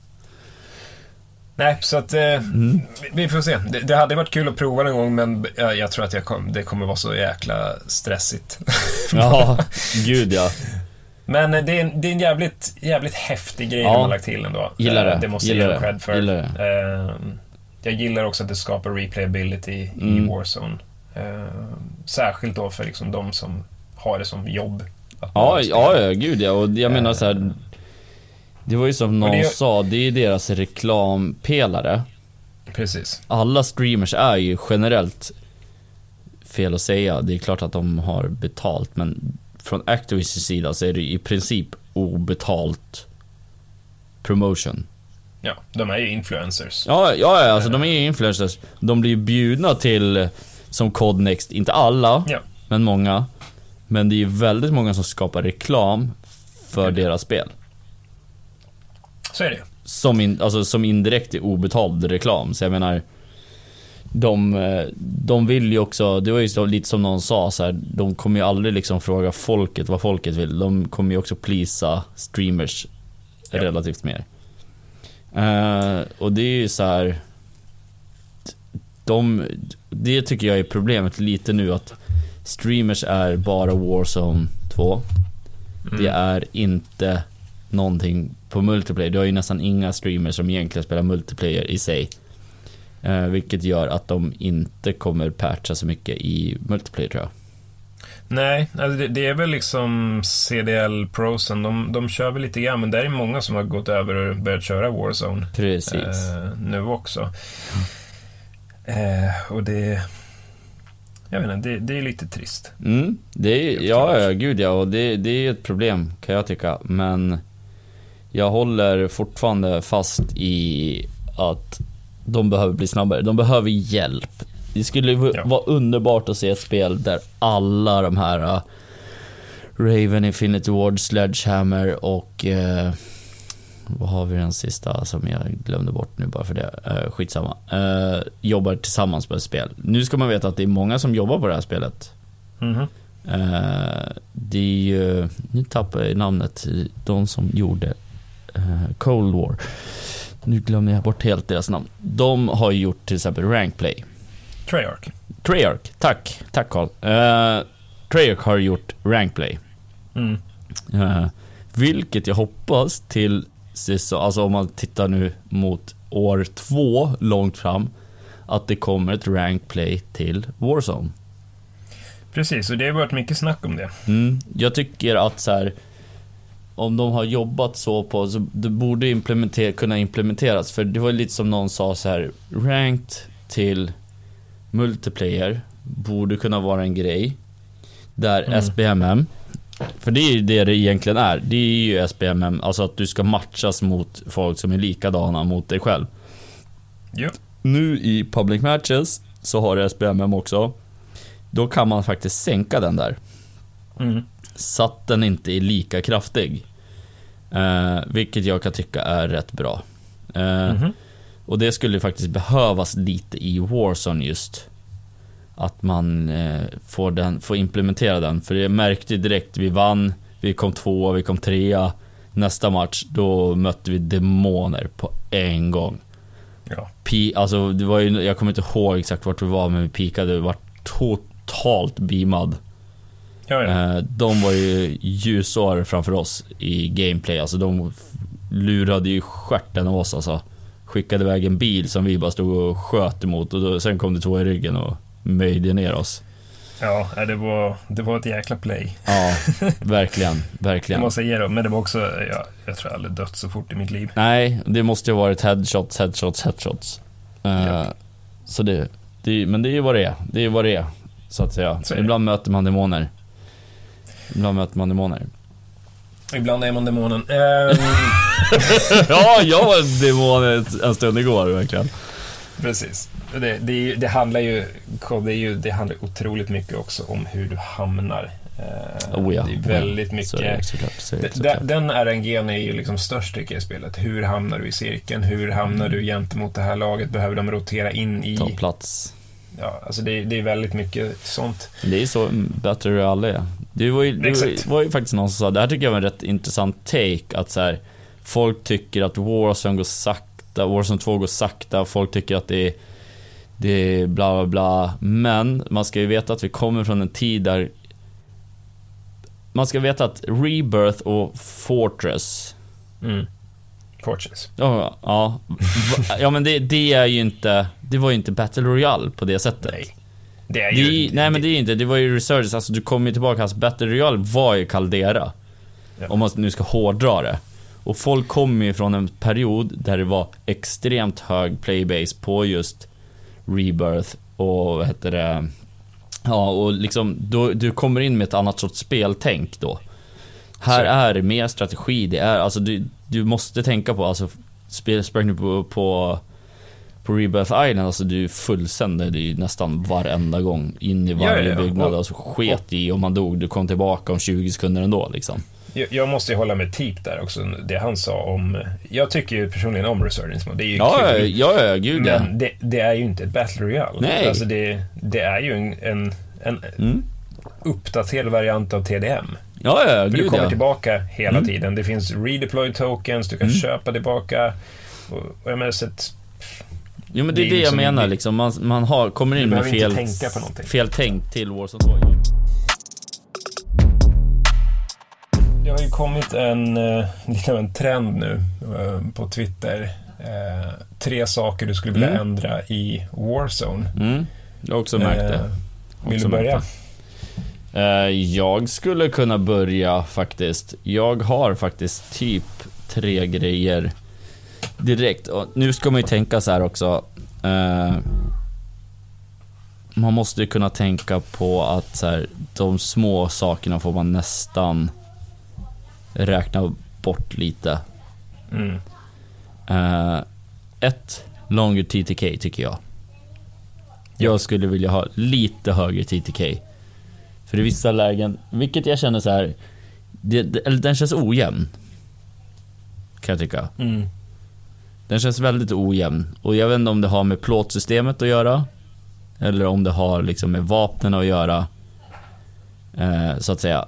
Nej, så att eh, mm. vi får se. Det, det hade varit kul att prova en gång, men jag, jag tror att jag kom, det kommer vara så jäkla stressigt. Ja, gud ja. Men det är en, det är en jävligt, jävligt häftig grej, ja, de har lagt till ändå. Gillar det. Det måste gillar jag ge cred för. Gillar det. Uh, jag gillar också att det skapar replayability mm. i Warzone. Uh, särskilt då för liksom de som har det som jobb. Ja, ja, ja, gud ja. Och jag menar så här, Det var ju som någon det... sa, det är ju deras reklampelare. Precis. Alla streamers är ju generellt, fel att säga, det är klart att de har betalt, men från Activisions sida så är det i princip obetalt promotion. Ja, de är ju influencers. Ja, ja, alltså de är ju influencers. De blir bjudna till som Codenext, inte alla, ja. men många. Men det är ju väldigt många som skapar reklam för mm. deras spel. Så är det. Som, in, alltså, som indirekt är obetald reklam. Så jag menar, de, de vill ju också, det var ju så, lite som någon sa så här, de kommer ju aldrig liksom fråga folket vad folket vill. De kommer ju också plisa streamers ja. relativt mer. Uh, och det är ju så här, de, det tycker jag är problemet lite nu, att streamers är bara Warzone två. Mm. Det är inte någonting på multiplayer. Du har ju nästan inga streamers som egentligen spelar multiplayer i sig. Uh, vilket gör att de inte kommer patcha så mycket i multiplayer, tror jag. Nej, alltså det, det är väl liksom C D L-prosen, de, de kör väl lite grann, men det är många som har gått över och börjat köra Warzone. Precis. Eh, nu också. Mm. Eh, och det... Jag vet inte, det, det är lite trist. Mm, det är, ja, ja, gud ja, och det, det är ett problem, kan jag tycka. Men jag håller fortfarande fast i att de behöver bli snabbare. De behöver hjälp. Det skulle ja. vara underbart att se ett spel där alla de här uh, Raven, Infinity Ward, Sledgehammer och uh, vad har vi den sista som jag glömde bort nu bara för det, uh, skitsamma, uh, jobbar tillsammans på ett spel. Nu ska man veta att det är många som jobbar på det här spelet. Mm-hmm. uh, Det är ju, nu tappar jag namnet, de som gjorde uh, Cold War. Nu glömmer jag bort helt deras namn. De har gjort till exempel Rankplay. Treyarch. Treyarch, tack. Tack Carl. Uh, Treyarch har gjort Rankplay. Mm. Uh, vilket jag hoppas till, alltså om man tittar nu mot år två långt fram, att det kommer ett Rankplay till Warzone. Precis, och det har varit mycket snack om det. Mm. Jag tycker att så här, om de har jobbat så på, så det borde implementer- kunna implementeras. För det var lite som någon sa så här, ranked till multiplayer borde kunna vara en grej där mm. S B M M, för det är ju det det egentligen är. Det är ju S B M M, alltså att du ska matchas mot folk som är likadana mot dig själv. Yep. Nu i public matches så har S B M M också. Då kan man faktiskt sänka den där. Mm. Så att den inte är lika kraftig. Eh, vilket jag kan tycka är rätt bra. Eh, mm-hmm. Och det skulle faktiskt behövas lite i Warzone just. Att man eh, får, den, får implementera den. För jag märkte direkt, vi vann, vi kom tvåa, vi kom trea. Nästa match, då mötte vi demoner på en gång. Ja. P- alltså, det var ju, jag kommer inte ihåg exakt vart vi var, men vi pikade, vi var totalt beamad. Ja, ja. Eh, de var ju ljusår framför oss i gameplay. Alltså de lurade ju stjärten av oss, alltså. Skickade iväg en bil som vi bara stod och sköt emot, och då, sen kom det två i ryggen och möjde ner oss. Ja, det var, det var ett jäkla play. Ja, verkligen, verkligen. Jag måste ge det, men det var också, ja, jag tror jag aldrig dött så fort i mitt liv. Nej, det måste ju ha varit headshots, headshots, headshots. Uh, ja. Så det, det, men det är ju vad det är. Det är vad det är, så att säga. Så ibland möter man demoner. Ibland möter man demoner. Ibland är man demonen. Um... Ja, jag var demon en stund igår, verkligen. Precis. Det, det, det handlar ju det, är ju det handlar otroligt mycket också om hur du hamnar. Oh ja, det är väldigt mycket. Så är det, såklart, så är det, såklart. Den R N G:n är ju liksom störst, tycker jag, i spelet. Hur hamnar du i cirkeln? Hur hamnar mm. du gentemot det här laget? Behöver de rotera in i... Ta plats. Ja, alltså det, det är väldigt mycket sånt. Det är så Battle Royale är. Det var ju, det var, var ju faktiskt någon som sa, det här tycker jag var en rätt intressant take, att så här, folk tycker att Warzone går sakta, Warzone två går sakta, folk tycker att det är, det är bla bla bla, men man ska ju veta att vi kommer från en tid där man ska veta att Rebirth och Fortress mm. Fortress. Ja, ja. Ja, men det, det är ju inte, det var ju inte Battle Royale på det sättet. Nej. Det är ju, det, nej, men det är inte, det var ju Resurgence, alltså du kommer ju tillbaka, alltså Battle Royale var ju Caldera. Ja. Om man nu ska hårdra det. Och folk kommer ju från en period där det var extremt hög playbase på just Rebirth och vad heter det. Ja, och liksom då, du kommer in med ett annat sorts speltänk då. Här så. Är det mer strategi. Det är, alltså du, du måste tänka på, alltså spel, sprang på, på på Rebirth Island, alltså du fullsände det ju nästan varenda gång in i varje ja, ja, ja. byggnad, alltså sket i om man dog, du kom tillbaka om tjugo sekunder ändå liksom. Jag, jag måste ju hålla med Teep där också, det han sa om, jag tycker ju personligen om Resurgence Mode, det är ju ja, kul. Ja, ja, gud ja. Men det, det är ju inte ett Battle Royale. Nej. Alltså det, det är ju en, en, en mm. uppdaterad variant av T D M. Ja, ja, gud, för du kommer ja. tillbaka hela mm. tiden. Det finns redeploy tokens, du kan mm. köpa tillbaka. Och, och jag menar sett. Jo, men det är det, det jag menar liksom. Man, man har, kommer in med fel, fel tänk till Warzone två. Det har ju kommit en uh, lite av en trend nu uh, på Twitter. Uh, tre saker du skulle vilja mm. ändra i Warzone. Mm. Jag har också märkt det. Uh, vill du börja? Uh, jag skulle kunna börja faktiskt. Jag har faktiskt typ tre grejer direkt. Och nu ska man ju tänka så här också. Uh, man måste ju kunna tänka på att så här, de små sakerna får man nästan räkna bort lite. Mm. Uh, ett longer T T K tycker jag. Jag skulle vilja ha lite högre T T K. För i vissa lägen, vilket jag känner så här, det, det, eller den känns ojämn, kan jag tycka. Mm. Den känns väldigt ojämn. Och jag vet inte om det har med plåtsystemet att göra, eller om det har liksom med vapnen att göra. Eh, så att säga.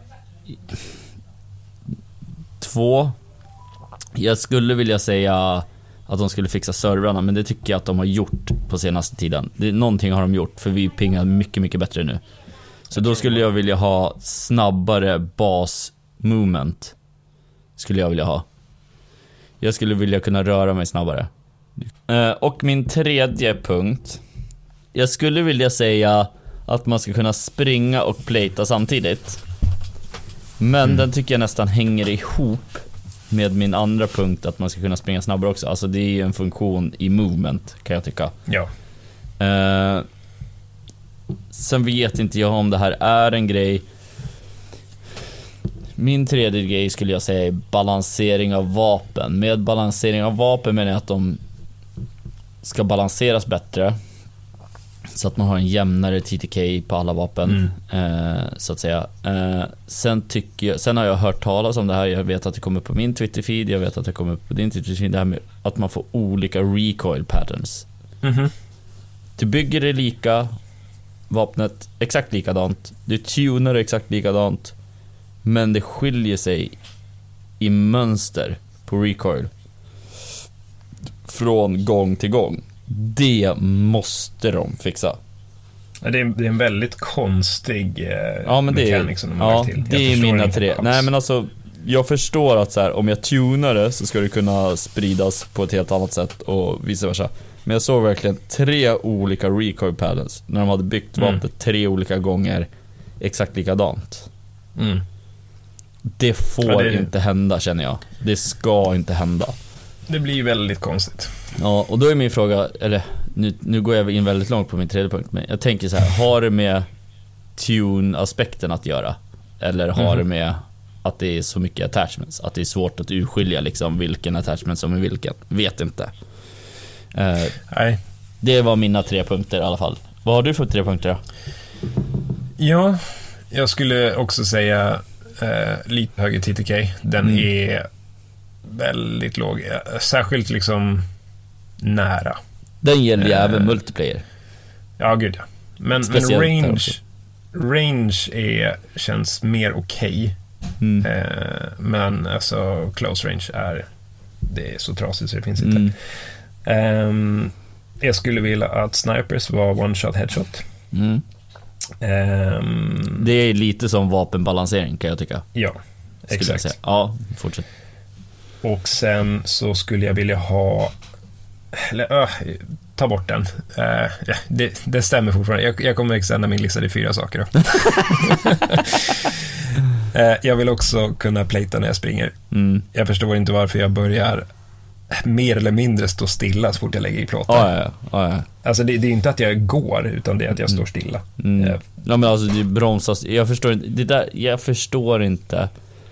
Två. Jag skulle vilja säga att de skulle fixa servrarna, men det tycker jag att de har gjort på senaste tiden. Det, någonting har de gjort, för vi pingar mycket, mycket bättre nu. Så då skulle jag vilja ha snabbare bas movement. Skulle jag vilja ha. Jag skulle vilja kunna röra mig snabbare. Uh, och min tredje punkt. Jag skulle vilja säga att man ska kunna springa och plata samtidigt. Men mm. den tycker jag nästan hänger ihop med min andra punkt, att man ska kunna springa snabbare också. Alltså det är ju en funktion i movement, kan jag tycka. Ja. Uh, sen vet inte jag om det här är en grej. Min tredje grej skulle jag säga är balansering av vapen. Med balansering av vapen menar jag att de ska balanseras bättre, så att man har en jämnare T T K på alla vapen. mm. eh, så att säga. eh, sen, tycker jag, sen har jag hört talas om det här. Jag vet att det kommer på min Twitter-feed. Jag vet att det kommer på din Twitter-feed. Det här med att man får olika recoil patterns. mm-hmm. Du bygger det lika, vapnet exakt likadant, du tunar det exakt likadant, men det skiljer sig i mönster på recoil från gång till gång. Det måste de fixa. Ja, det, är, det är en väldigt konstig eh, ja, men det mekanik som de har lagt till. Det är mina tre. Nej, men alltså, jag förstår att så här, om jag tunar det så ska det kunna spridas på ett helt annat sätt och vice versa. Men jag såg verkligen tre olika recoil patterns när de hade byggt mm. vapnet tre olika gånger exakt likadant. Mm. Det får ja, det... inte hända, känner jag. Det ska inte hända. Det blir väldigt konstigt. Ja, och då är min fråga, eller nu, nu går jag in väldigt långt på min tredje punkt, men jag tänker så här, har det med tune-aspekten att göra? Eller har mm. det med att det är så mycket attachments, att det är svårt att urskilja liksom vilken attachment som är vilken? Vet inte. Uh, Nej. Det var mina tre punkter i alla fall. Vad har du för tre punkter då? Ja, jag skulle också säga uh, lite högre T T K. Den mm. är väldigt låg. Särskilt liksom nära. Den gäller ju uh, även multiplayer. Ja, gud ja. Men, men range range är, känns mer okej. Okay. Mm. Uh, men alltså close range är det är så trasigt så det finns inte. Mm. Um, jag skulle vilja att snipers var one shot headshot. Mm. Um, det är lite som vapenbalansering, kan jag tycka. Ja, skulle exakt. Ja, fortsätt. Och sen så skulle jag vilja ha eller, uh, ta bort den. Uh, ja, det, det stämmer fortfarande. Jag, jag kommer extenda min lista till fyra saker då. Eh, jag vill också kunna plata när jag springer. Mm. Jag förstår inte varför jag börjar mer eller mindre stå stilla så fort jag lägger i plåtar. Ja, ja, ja, ja. Alltså det, det är inte att jag går, utan det är att jag står stilla. Mm. Eh, Ja, men alltså det bromsas. Jag förstår inte det där, jag förstår inte.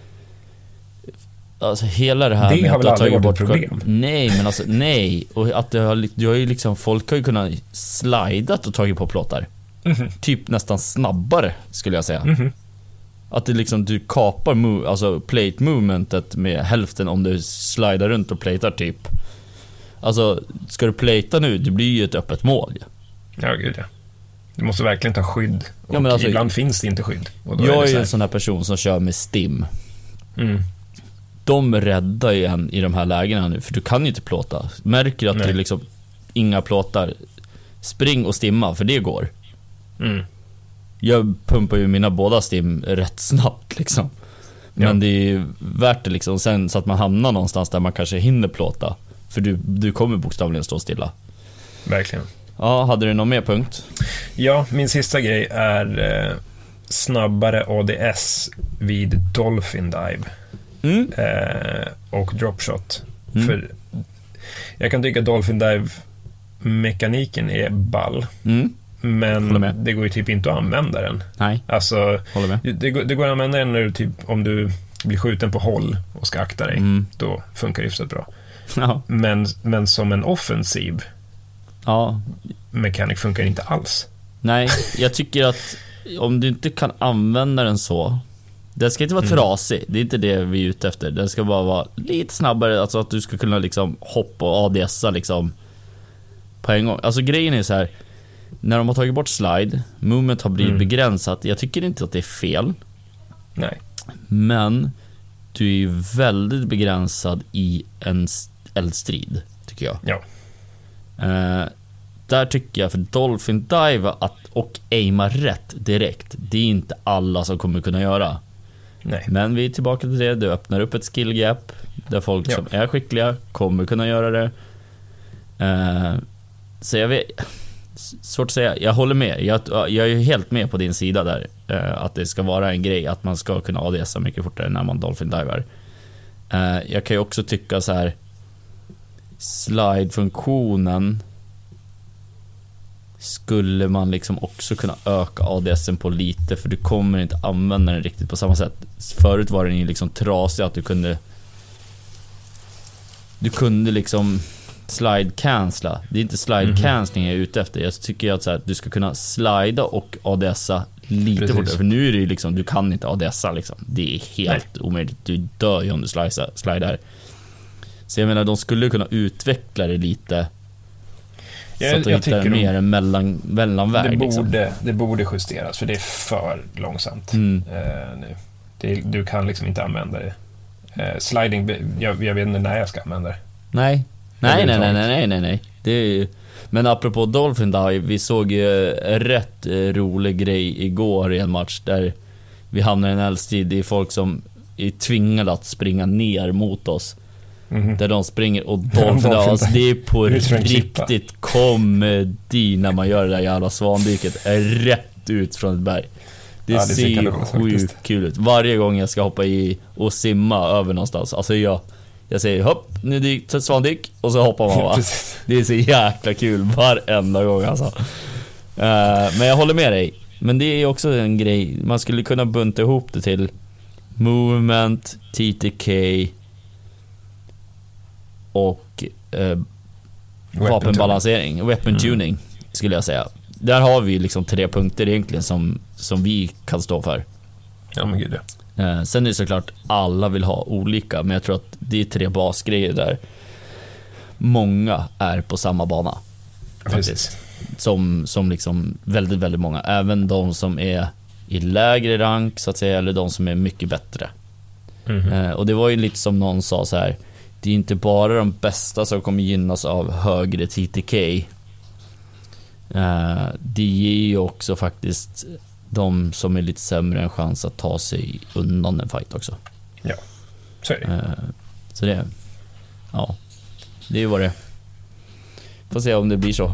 Alltså hela det här det med har att väl du har aldrig tagit varit bort ett problem. Nej, men alltså nej. Och att det har, du har ju liksom, folk har ju kunnat slidat och tagit på plåtar. Mm-hmm. Typ nästan snabbare skulle jag säga. Mm-hmm. Att det liksom, du kapar move, alltså plate movementet med hälften om du slidar runt och platar typ. Alltså, ska du plata nu, det blir ju ett öppet mål. Ja, gud ja. Du måste verkligen ta skydd. Och Ja, men alltså, ibland finns det inte skydd. Och då jag är, är ju det en sån här person som kör med stim. Mm. De räddar ju en i de här lägena nu, för du kan ju inte plåta. Märker att Nej. det liksom inga plåtar, spring och stimma, för det går. Mm. Jag pumpar ju mina båda stim rätt snabbt liksom. Men Ja. det är ju värt det liksom sen, så att man hamnar någonstans där man kanske hinner plåta. För du, du kommer bokstavligen stå stilla. Verkligen. Ja, hade du någon mer punkt? Ja, min sista grej är eh, snabbare A D S vid Dolphin Dive Mm. eh, och Dropshot. Mm. För jag kan tycka att Dolphin Dive-mekaniken är ball, Mm. Håller men med. det går ju typ inte att använda den. Nej, Alltså, håller med. det går, det går att använda den när du typ, om du blir skjuten på håll och ska akta dig. Mm. Då funkar det hyfsat bra. Ja. Men, men som en offensiv Ja. mekanik funkar inte alls. Nej, jag tycker att om du inte kan använda den så, den ska inte vara Mm. trasig. Det är inte det vi är ute efter. Den ska bara vara lite snabbare, alltså att du ska kunna liksom hoppa och A D S-a liksom på en gång. Alltså grejen är så här, när de har tagit bort slide, movement har blivit Mm. begränsat. Jag tycker inte att det är fel, Nej. men du är ju väldigt begränsad i en eldstrid, tycker jag. Ja. Eh, där tycker jag, för Dolphin Dive att, och aima rätt direkt, det är inte alla som kommer kunna göra. Nej. Men vi är tillbaka till det, du öppnar upp ett skill gap där folk Ja. som är skickliga kommer kunna göra det. Eh, så jag vet, svårt att säga, jag håller med. Jag, jag är ju helt med på din sida där, eh, att det ska vara en grej att man ska kunna A D S-a mycket fortare när man Dolphin Divar. Eh, jag kan ju också tycka så här, slide-funktionen skulle man liksom också kunna öka A D S-en på lite, för du kommer inte använda den riktigt på samma sätt. Förut var den ju liksom trasig, att du kunde du kunde liksom slide cancella. Det är inte slide Mhm. cancelling jag är ute efter. Jag tycker att, så här, att du ska kunna slida och A D S-a lite Precis. fortare, för nu är det ju liksom, du kan inte A D S-a liksom. Det är helt omöjligt. Du dör ju om du slidar, slidar. Så jag menar, de skulle kunna utveckla det lite. Så Jag, att de jag hittar tycker mer de, en mellan, mellanväg det, liksom. borde, det borde justeras, för det är för långsamt Mm. eh, nu. Det, du kan liksom inte använda det. Eh, sliding, jag, jag vet inte när jag ska använda det. Nej. Nej, nej, nej, Överhuvudtaget. nej, nej, nej. Det är ju... Men apropå Dolphin Dive, vi såg ju rätt eh, rolig grej igår i en match där vi hamnar i en eldstrid. Det är folk som är tvingade att springa ner mot oss. Mhm. Där de springer och Dolphin Dive, alltså det är på Ut från en klippa. riktigt komedi när man gör det där jävla svandyket rätt ut från ett berg. Det, Ja, det ser ser ju kanon ut sjukt faktiskt. kul ut. Varje gång jag ska hoppa i och simma över någonstans, alltså jag Jag säger hopp, nu dyk, ett svandyk, och så hoppar man va. Precis. Det är så jäkla kul varenda gång alltså. uh, Men jag håller med dig. Men det är också en grej, man skulle kunna bunta ihop det till movement, T T K och uh, vapenbalansering, weapon tuning, skulle jag säga. Där har vi liksom tre punkter egentligen som, som vi kan stå för. Ja, men gud ja. Eh, sen är det såklart alla vill ha olika, men jag tror att det är tre basgrejer där många är på samma bana faktiskt. Precis. Som, som liksom väldigt, väldigt många. Även de som är i lägre rank så att säga, eller de som är mycket bättre. Mhm. eh, Och det var ju lite som någon sa så här: det är inte bara de bästa som kommer gynnas av högre T T K. eh, Det ger ju också faktiskt de som är lite sämre en chans att ta sig undan en fight också. Ja, så är det. Eh, Så det, ja, det är ju vad det är. Får se om det blir så.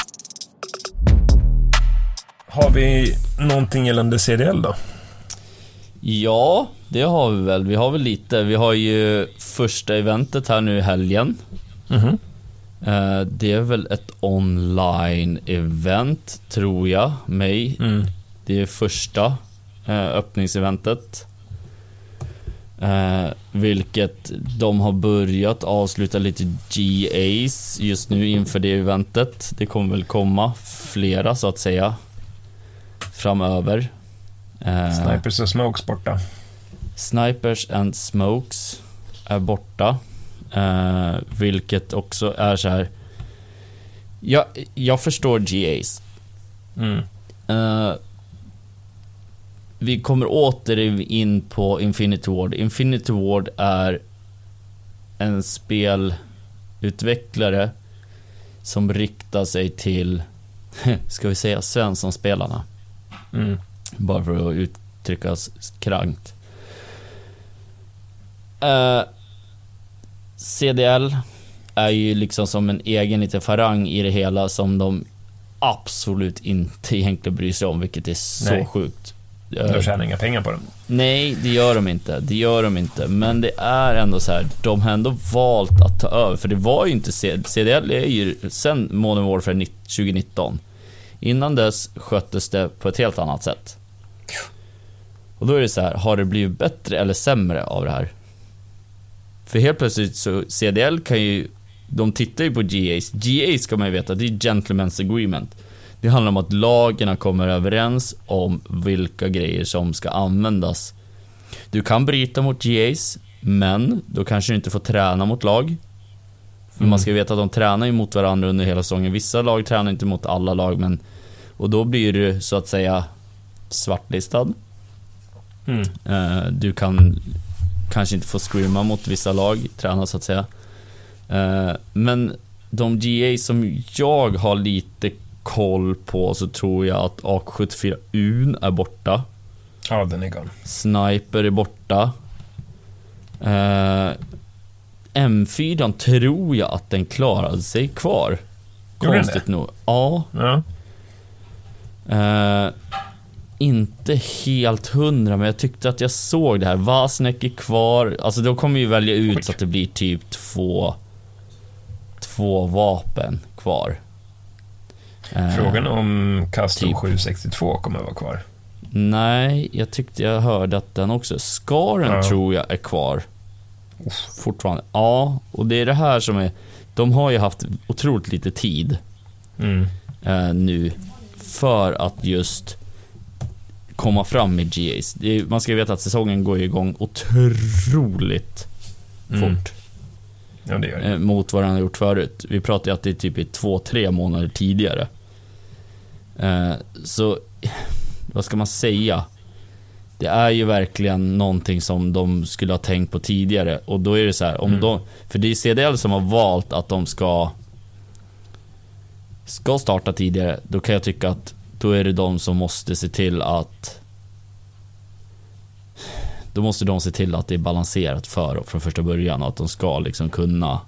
Har vi någonting gällande C D L då? Ja, det har vi väl. Vi har väl lite. Vi har ju första eventet här nu i helgen. Mhm. Eh, Det är väl ett online-event, tror jag, mig. Mm. Det är första eh, öppningseventet. Eh, vilket de har börjat avsluta lite G As just nu inför det eventet. Det kommer väl komma flera, så att säga, framöver. Eh, Snipers och Smokes borta. Snipers and Smokes är borta. Eh, vilket också är så här. Jag, jag förstår G As. Mm. Eh, vi kommer åter in på Infinity Ward. Infinity Ward är en spelutvecklare som riktar sig till, ska vi säga, Svensson-spelarna. Mm. Bara för att uttrycka oss krankt. Uh, C D L är ju liksom som en egen liten farang i det hela som de absolut inte egentligen bryr sig om, vilket är så Nej. sjukt. De tjänar inga pengar på dem. Nej, det gör de inte. Det gör de inte. Men det är ändå så här, de har ändå valt att ta över. För det var ju inte C D L är ju sen Modern Warfare tjugo nitton. Innan dess sköttes det på ett helt annat sätt. Och då är det så här, har det blivit bättre eller sämre av det här? För helt plötsligt så C D L kan ju, de tittar ju på G As. G As ska man ju veta, det är Gentleman's Agreement. Det handlar om att lagarna kommer överens om vilka grejer som ska användas. Du kan bryta mot G As, men då kanske du inte får träna mot lag. För Mm. man ska veta att de tränar ju mot varandra under hela säsongen. Vissa lag tränar inte mot alla lag, men och då blir du så att säga svartlistad. Mm. Eh, Du kan kanske inte få scrimma mot vissa lag, träna så att säga. Eh, Men de G A som jag har lite koll på, så tror jag att A K sjuttiofyra U är borta. Ja, den är gone. Sniper är borta. eh, M fyra tror jag att den klarade sig kvar. Gjorde den Konstigt det? nog. Ja. Ja. Eh, inte helt hundra, men jag tyckte att jag såg det här. Vasnek är kvar. Alltså de kommer ju välja ut Oj. så att det blir typ två Två vapen kvar. Eh, Frågan om Custom typ. sjuhundrasextiotvå kommer att vara kvar. Nej, jag tyckte jag hörde att den också. Skaren Ja. tror jag är kvar fortfarande. Ja, och det är det här som är. De har ju haft otroligt lite tid Mm. eh, nu för att just komma fram med G As. Det är, man ska ju veta att säsongen går igång otroligt Mm. fort Ja, det gör det. eh, mot vad den har gjort förut. Vi pratar ju att det är typ i två, tre månader tidigare. Eh, så vad ska man säga? Det är ju verkligen någonting som de skulle ha tänkt på tidigare. Och då är det så här, om Mm. de, för det är C D L som har valt att de ska ska starta tidigare. Då kan jag tycka att då är det de som måste se till att då måste de se till att det är balanserat för från första början, och att de ska liksom kunna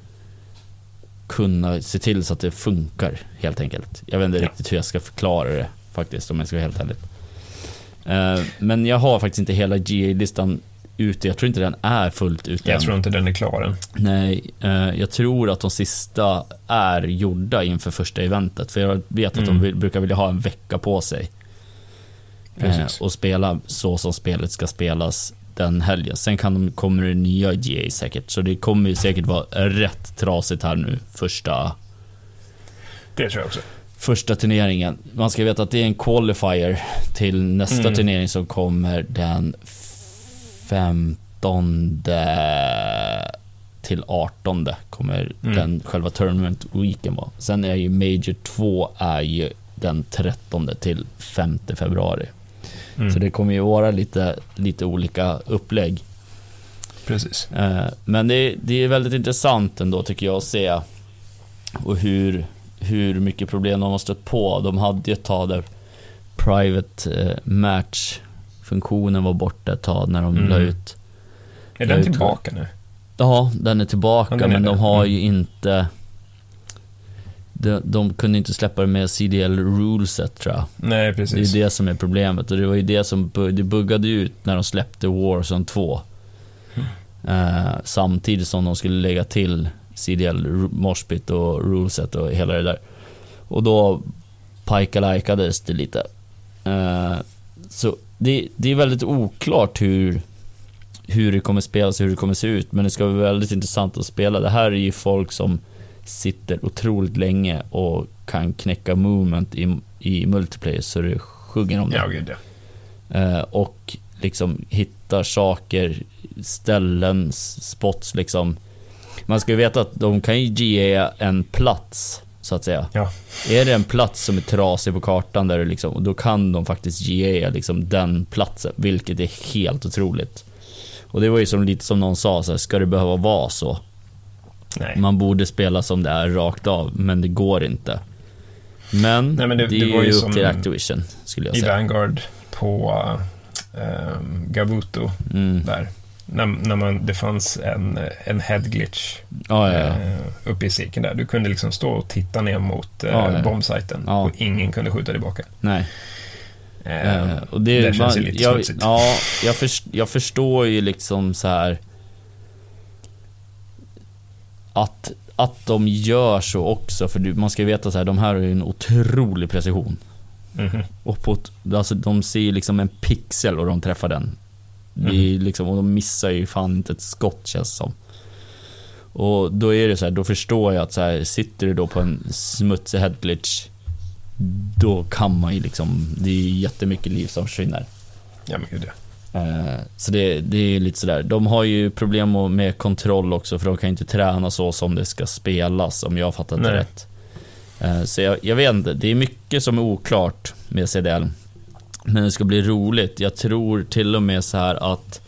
kunna se till så att det funkar, helt enkelt. Jag vet inte Ja. riktigt hur jag ska förklara det faktiskt, om jag ska vara helt ärlig. Uh, men jag har faktiskt inte hela G A-listan ute. Jag tror inte den är fullt ut än. Jag tror inte den är klar än. Nej, uh, jag tror att de sista är gjorda inför första eventet. För jag vet att Mm. de vill, brukar vilja ha en vecka på sig Precis. uh, och spela så som spelet ska spelas den helgen. Sen kan de, kommer det nya G A säkert. Så det kommer ju säkert vara rätt trasigt här nu första Det tror jag också. Första turneringen. Man ska veta att det är en qualifier till nästa Mm. turnering som kommer den femtonde till artonde kommer Mm. den själva tournament weeken vara. Sen är ju Major två är ju den trettonde till femte februari. Mm. Så det kommer ju vara lite, lite olika upplägg. Precis. Eh, Men det, det är väldigt intressant ändå, tycker jag, att se och hur, hur mycket problem de har stött på. De hade ju ett tag där private eh, match-funktionen var borta ett tag när de Mm. la ut. Är Jag den tror- tillbaka nu? Ja, den är tillbaka, Ja, den är men det. de har Mm. ju inte de, de kunde inte släppa det med C D L ruleset, tror jag. Nej, precis. Det är det som är problemet. Och det var ju det som det buggade ut när de släppte Warzone två. Mm. Uh, samtidigt som de skulle lägga till C D L moshpit och ruleset och hela det där. Och då pajka-lajkades det lite. Uh, så det, det är väldigt oklart hur hur det kommer spelas och hur det kommer se ut, men det ska vara väldigt intressant att spela. Det här är ju folk som sitter otroligt länge och kan knäcka movement i, i multiplayer, så det sjunger om det. Ja, gud, ja. Uh, och liksom hittar saker, ställen, spots liksom. Man ska ju veta att de kan ju G A en plats, så att säga. Ja. Är det en plats som är trasig på kartan där liksom, då kan de faktiskt G A liksom den platsen, vilket är helt otroligt. Och det var ju som lite som någon sa, så här, ska det behöva vara så? Nej. Man borde spela som det är rakt av, men det går inte. Men, Nej, men det, det, det är var ju ju upp som till Activision, skulle jag i säga. Vanguard på um, Gabuto Mm. där. När, när man, det fanns en, en head glitch Ja, ja, ja. eh, uppe i cirkeln där. Du kunde liksom stå och titta ner mot eh, Ja, ja. bombsajten Ja. och ingen kunde skjuta tillbaka. Nej. Eh, Eh, och det, det känns man, ju lite jag, smutsigt. ja, jag, först, jag förstår ju liksom så här att, att de gör så också, för du, man ska veta så här, de här har ju en otrolig precision. Mhm. Och på, alltså, de ser ju liksom en pixel och de träffar den. Det är liksom, och de missar ju fan inte ett skott, känns som. Och då är det så här, då förstår jag att så här, sitter du då på en smutsig headglitch, då kan man ju liksom, det är jättemycket liv som försvinner. Ja, men gud, ja. Eh, så det, det är lite sådär. De har ju problem med kontroll också, för de kan inte träna så som det ska spelas, om jag har fattat det rätt. Eh, så jag, jag vet inte, det är mycket som är oklart med C D L, men det ska bli roligt. Jag tror till och med så här att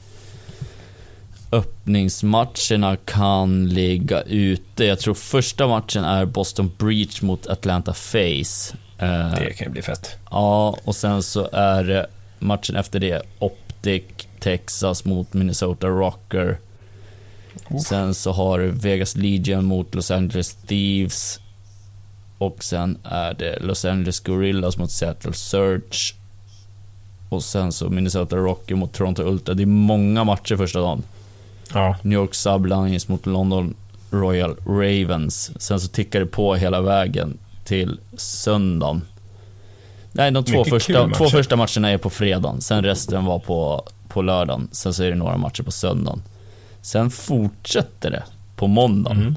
öppningsmatcherna kan ligga ute. Jag tror första matchen är Boston Breach mot Atlanta Face. Eh, Det kan ju bli fett. Ja, och sen så är det matchen efter det Optic Texas mot Minnesota Rocker. Oh. Sen så har du Vegas Legion mot Los Angeles Thieves. Och sen är det Los Angeles Gorillas mot Seattle Surge. Och sen så Minnesota Rocker mot Toronto Ultra. Det är många matcher första dagen. Ja. New York Sublines mot London Royal Ravens. Sen så tickar det på hela vägen till söndagen. Nej, de två första, två första matcherna är på fredagen. Sen resten var på, på lördagen. Sen så är det några matcher på söndagen. Sen fortsätter det på måndagen. Mm.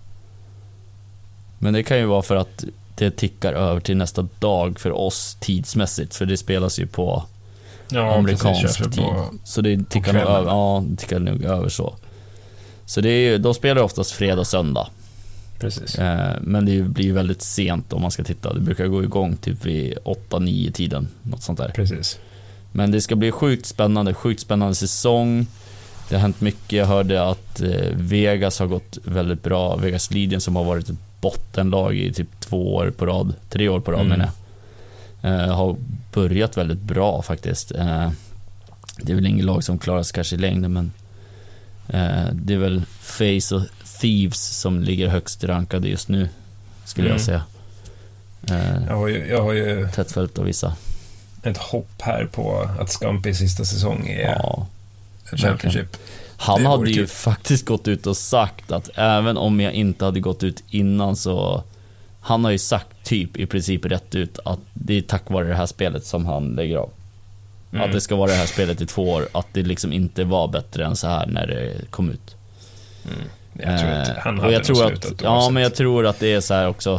Men det kan ju vara för att det tickar över till nästa dag för oss tidsmässigt. För det spelas ju på ja, amerikansk tid. På, så det tickar nog över, ja, det tickar nog över så. Så det är ju, de spelar oftast fredag och söndag. Precis. Eh, men det blir ju väldigt sent om man ska titta. Det brukar gå igång typ vid åtta nio tiden, något sånt där. Precis. Men det ska bli sjukt spännande, sjukt spännande säsong. Det har hänt mycket. Jag hörde att eh, Vegas har gått väldigt bra. Vegas Legion, som har varit ett bottenlag i typ två år på rad, tre år på rad, mm. menar jag, eh, har börjat väldigt bra faktiskt. Eh, det är väl ingen lag som klarar sig kanske i längden, men eh, det är väl Face och Thieves som ligger högst rankade just nu, skulle mm. jag säga. Eh, jag har ju, jag har ju tätt följt av vissa. Ett hopp här på att Scampy sista säsong är ja, Championship. Han hade ju faktiskt gått ut och sagt att även om jag inte hade gått ut innan, så han har ju sagt typ i princip rätt ut att det är tack vare det här spelet som han lägger av. Mm. Att det ska vara det här spelet i två år, att det liksom inte var bättre än så här när det kom ut. Mm. Jag tror att han hade och jag tror att, ja, oavsett. men jag tror att det är så här också.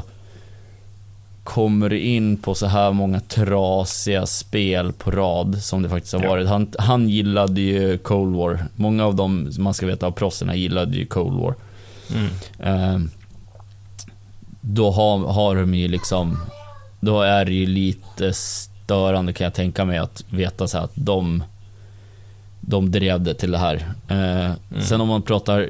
Kommer in på så här många trasiga spel på rad som det faktiskt har ja. varit. Han, han gillade ju Cold War. Många av dem, man ska veta, av proffserna gillade ju Cold War. Mm. Eh, då har, har de ju liksom, då är det ju lite störande, kan jag tänka mig, att veta så här att de de drev det till det här. Eh, mm. Sen om man pratar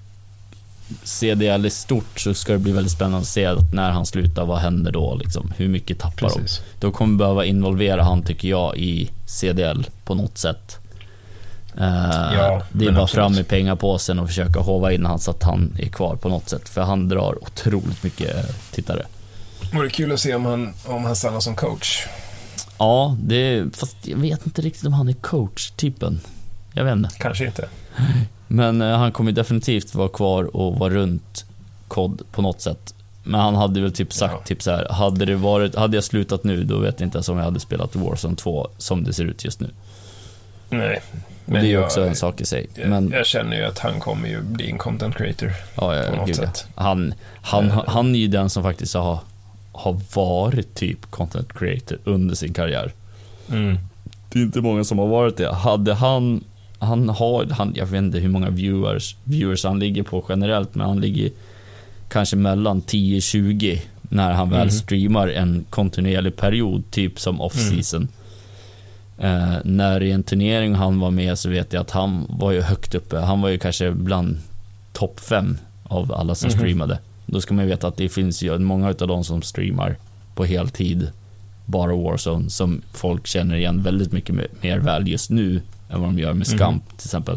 C D L i stort, så ska det bli väldigt spännande att se att när han slutar, vad händer då liksom? Hur mycket tappar de? Då kommer behöva involvera han, tycker jag, i C D L på något sätt. Uh, ja, det är bara absolut. Fram med pengapåsen och försöka hova in han så att han är kvar på något sätt, för han drar otroligt mycket tittare. Vore kul att se om han, om han stannar som coach. Ja, det, fast jag vet inte riktigt om han är coach-typen. Jag vet inte. Kanske inte. Men eh, han kommer definitivt vara kvar och vara runt C O D på något sätt. Men han hade väl typ sagt ja. typ så här, hade det varit, hade jag slutat nu, då vet jag inte ens om jag hade spelat Warzone två som det ser ut just nu. Nej. Men det är ju också en sak i sig. Jag, men, jag känner ju att han kommer ju bli en content creator. Ja, ja, på något gud, sätt. Han, han, han, han är ju den som faktiskt har, har varit typ content creator under sin karriär. Mm. Det är inte många som har varit det. Hade han, han har, han, jag vet inte hur många viewers, viewers han ligger på generellt, men han ligger kanske mellan tio till tjugo när han väl mm. streamar en kontinuerlig period, typ som off-season. Mm. Eh, när i en turnering han var med så vet jag att han var ju högt uppe. Han var ju kanske bland topp fem av alla som mm. streamade. Då ska man ju veta att det finns ju många av de som streamar på heltid bara Warzone som folk känner igen väldigt mycket mer väl just nu än vad de gör med Scamp mm. till exempel.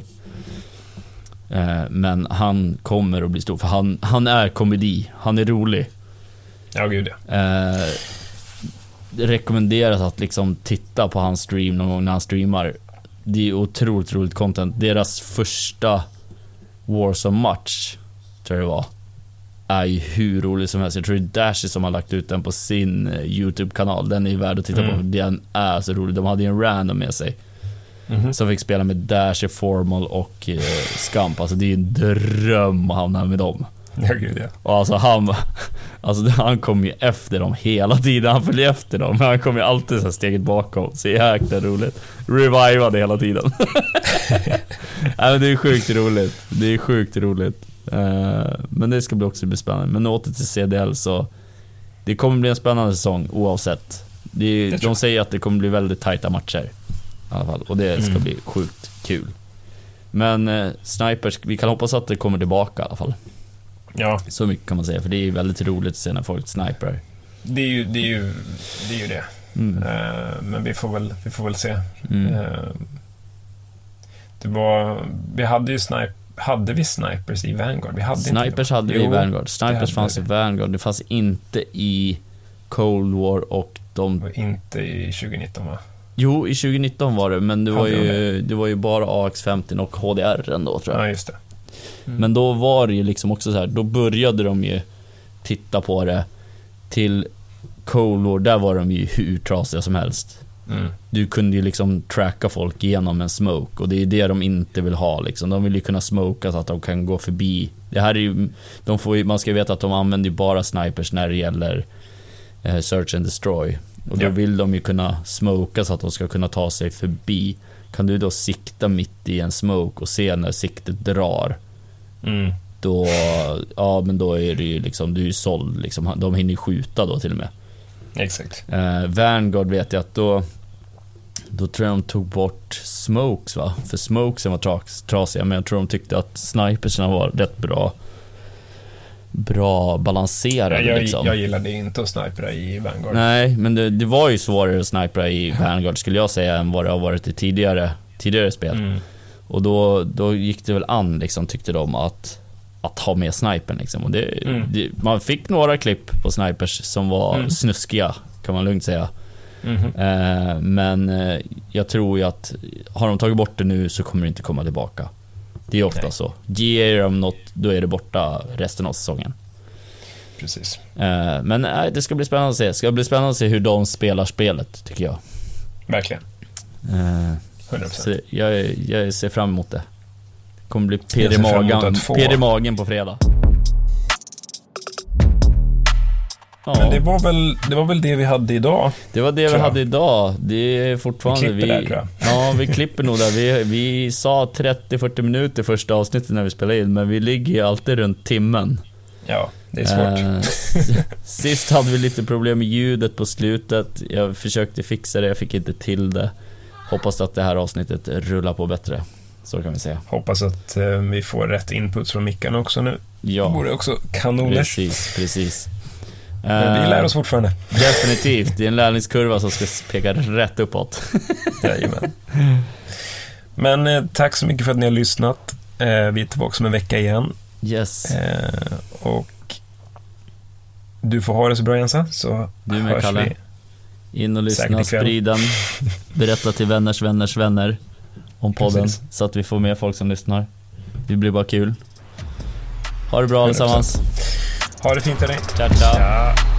Eh, men han kommer att bli stor, för han, han är komedi, han är rolig. Ja, gud ja. Eh, det rekommenderas att liksom titta på hans stream någon gång när han streamar. Det är otroligt roligt content. Deras första Warzone-match, tror jag det var, är ju hur rolig som helst. Jag tror det är Dash som har lagt ut den på sin YouTube-kanal. Den är ju värd att titta mm. på. Den är så rolig. De hade ju en random med sig mm-hmm. som fick spela med Dash, Formal och eh, Scamp. Alltså det är en dröm att hamna med dem. Ja, gud ja. Och alltså han, alltså han kom ju efter dem hela tiden. Han följde efter dem, men han kom ju alltid så steget bakom. Så jäkla roligt. Revivade hela tiden. Ja, det är sjukt roligt. Det är sjukt roligt. Uh, men det ska bli också bli spännande. Men åter till C D L, så det kommer bli en spännande säsong oavsett. Det, det de säger att det kommer bli väldigt tajta matcher i alla fall, och det ska mm. bli sjukt kul. Men uh, snipers, vi kan hoppas att det kommer tillbaka i alla fall. Ja. Så mycket kan man säga, för det är väldigt roligt att se när folk sniper. Det är ju det, är ju, det, är ju det. Mm. Uh, men vi får väl, vi får väl se. Mm. Uh, det var, vi hade ju sniper. Hade vi snipers i Vanguard? Vi hade snipers inte hade vi i Vanguard. Snipers fanns i Vanguard. Det fanns inte i Cold War och de... Och inte i tjugonitton, va? Jo, i tjugonitton var det, men det var ju, det var ju bara A X femtio och H D R ändå, tror jag. Ja, just det. Mm. Men då var det ju liksom också så här, då började de ju titta på det till Cold War, där var de ju hur trasiga som helst. Mm. Du kunde ju liksom tracka folk genom en smoke, och det är det de inte vill ha liksom. De vill ju kunna smoka så att de kan gå förbi. Det här är ju, de får ju, man ska veta att de använder ju bara snipers när det gäller eh, search and destroy. Och då ja. vill de ju kunna smoka så att de ska kunna ta sig förbi. Kan du då sikta mitt i en smoke och se när siktet drar, mm. då, ja men då är det ju liksom, du är ju såld liksom. De hinner skjuta då till och med. Exakt. eh, Vanguard vet jag att då Då tror jag de tog bort smokes, va? För smokesen var tras, trasiga, men jag tror de tyckte att sniperserna var rätt bra Bra balanserade. Jag, liksom. jag gillade inte att snipera i Vanguard. Nej, men det, det var ju svårare att snipera i Vanguard, skulle jag säga, än vad det har varit i tidigare, tidigare spel. Mm. Och då, då gick det väl an liksom, tyckte de, att att ha med snipern liksom. Och det, mm. det, man fick några klipp på snipers som var mm. snuskiga, kan man lugnt säga. Mm-hmm. eh, Men eh, jag tror ju att har de tagit bort det nu så kommer det inte komma tillbaka. Det är ofta Nej. så. Ger de något, då är det borta resten av säsongen. Precis. eh, Men eh, det ska bli spännande att se. Det ska bli spännande att se hur de spelar spelet, tycker jag. Verkligen. eh, hundra procent. Så jag, jag ser fram emot det. Det kommer bli P D magen, P D magen på fredag. Ja. Men det var, väl, det var väl det vi hade idag. Det var det vi hade idag. Det är fortfarande vi klipper vi, där, tror jag. Ja, vi klipper nog där. Vi, vi sa trettio till fyrtio minuter första avsnittet när vi spelade in, men vi ligger ju alltid runt timmen. Ja, det är svårt. Eh, sist hade vi lite problem med ljudet på slutet. Jag försökte fixa det, jag fick inte till det. Hoppas att det här avsnittet rullar på bättre. Så kan vi säga. Hoppas att eh, vi får rätt inputs från mickarna också nu. Ja. Det borde också kanoner. Precis, precis. Men vi lär oss fortfarande. Definitivt, det är en lärningskurva som ska peka rätt uppåt. Jajamän. Men eh, tack så mycket för att ni har lyssnat. eh, Vi är tillbaka om en vecka igen. Yes. eh, Och du får ha det så bra, Jensa, så du med, hörs Kalle. vi. In och lyssna, sprid den. Berätta till vänners vänners vänner om podden. Precis. Så att vi får med folk som lyssnar. Det blir bara kul. Ha det bra allesammans. Ha det fint, hörni. Ciao, ciao. Ja.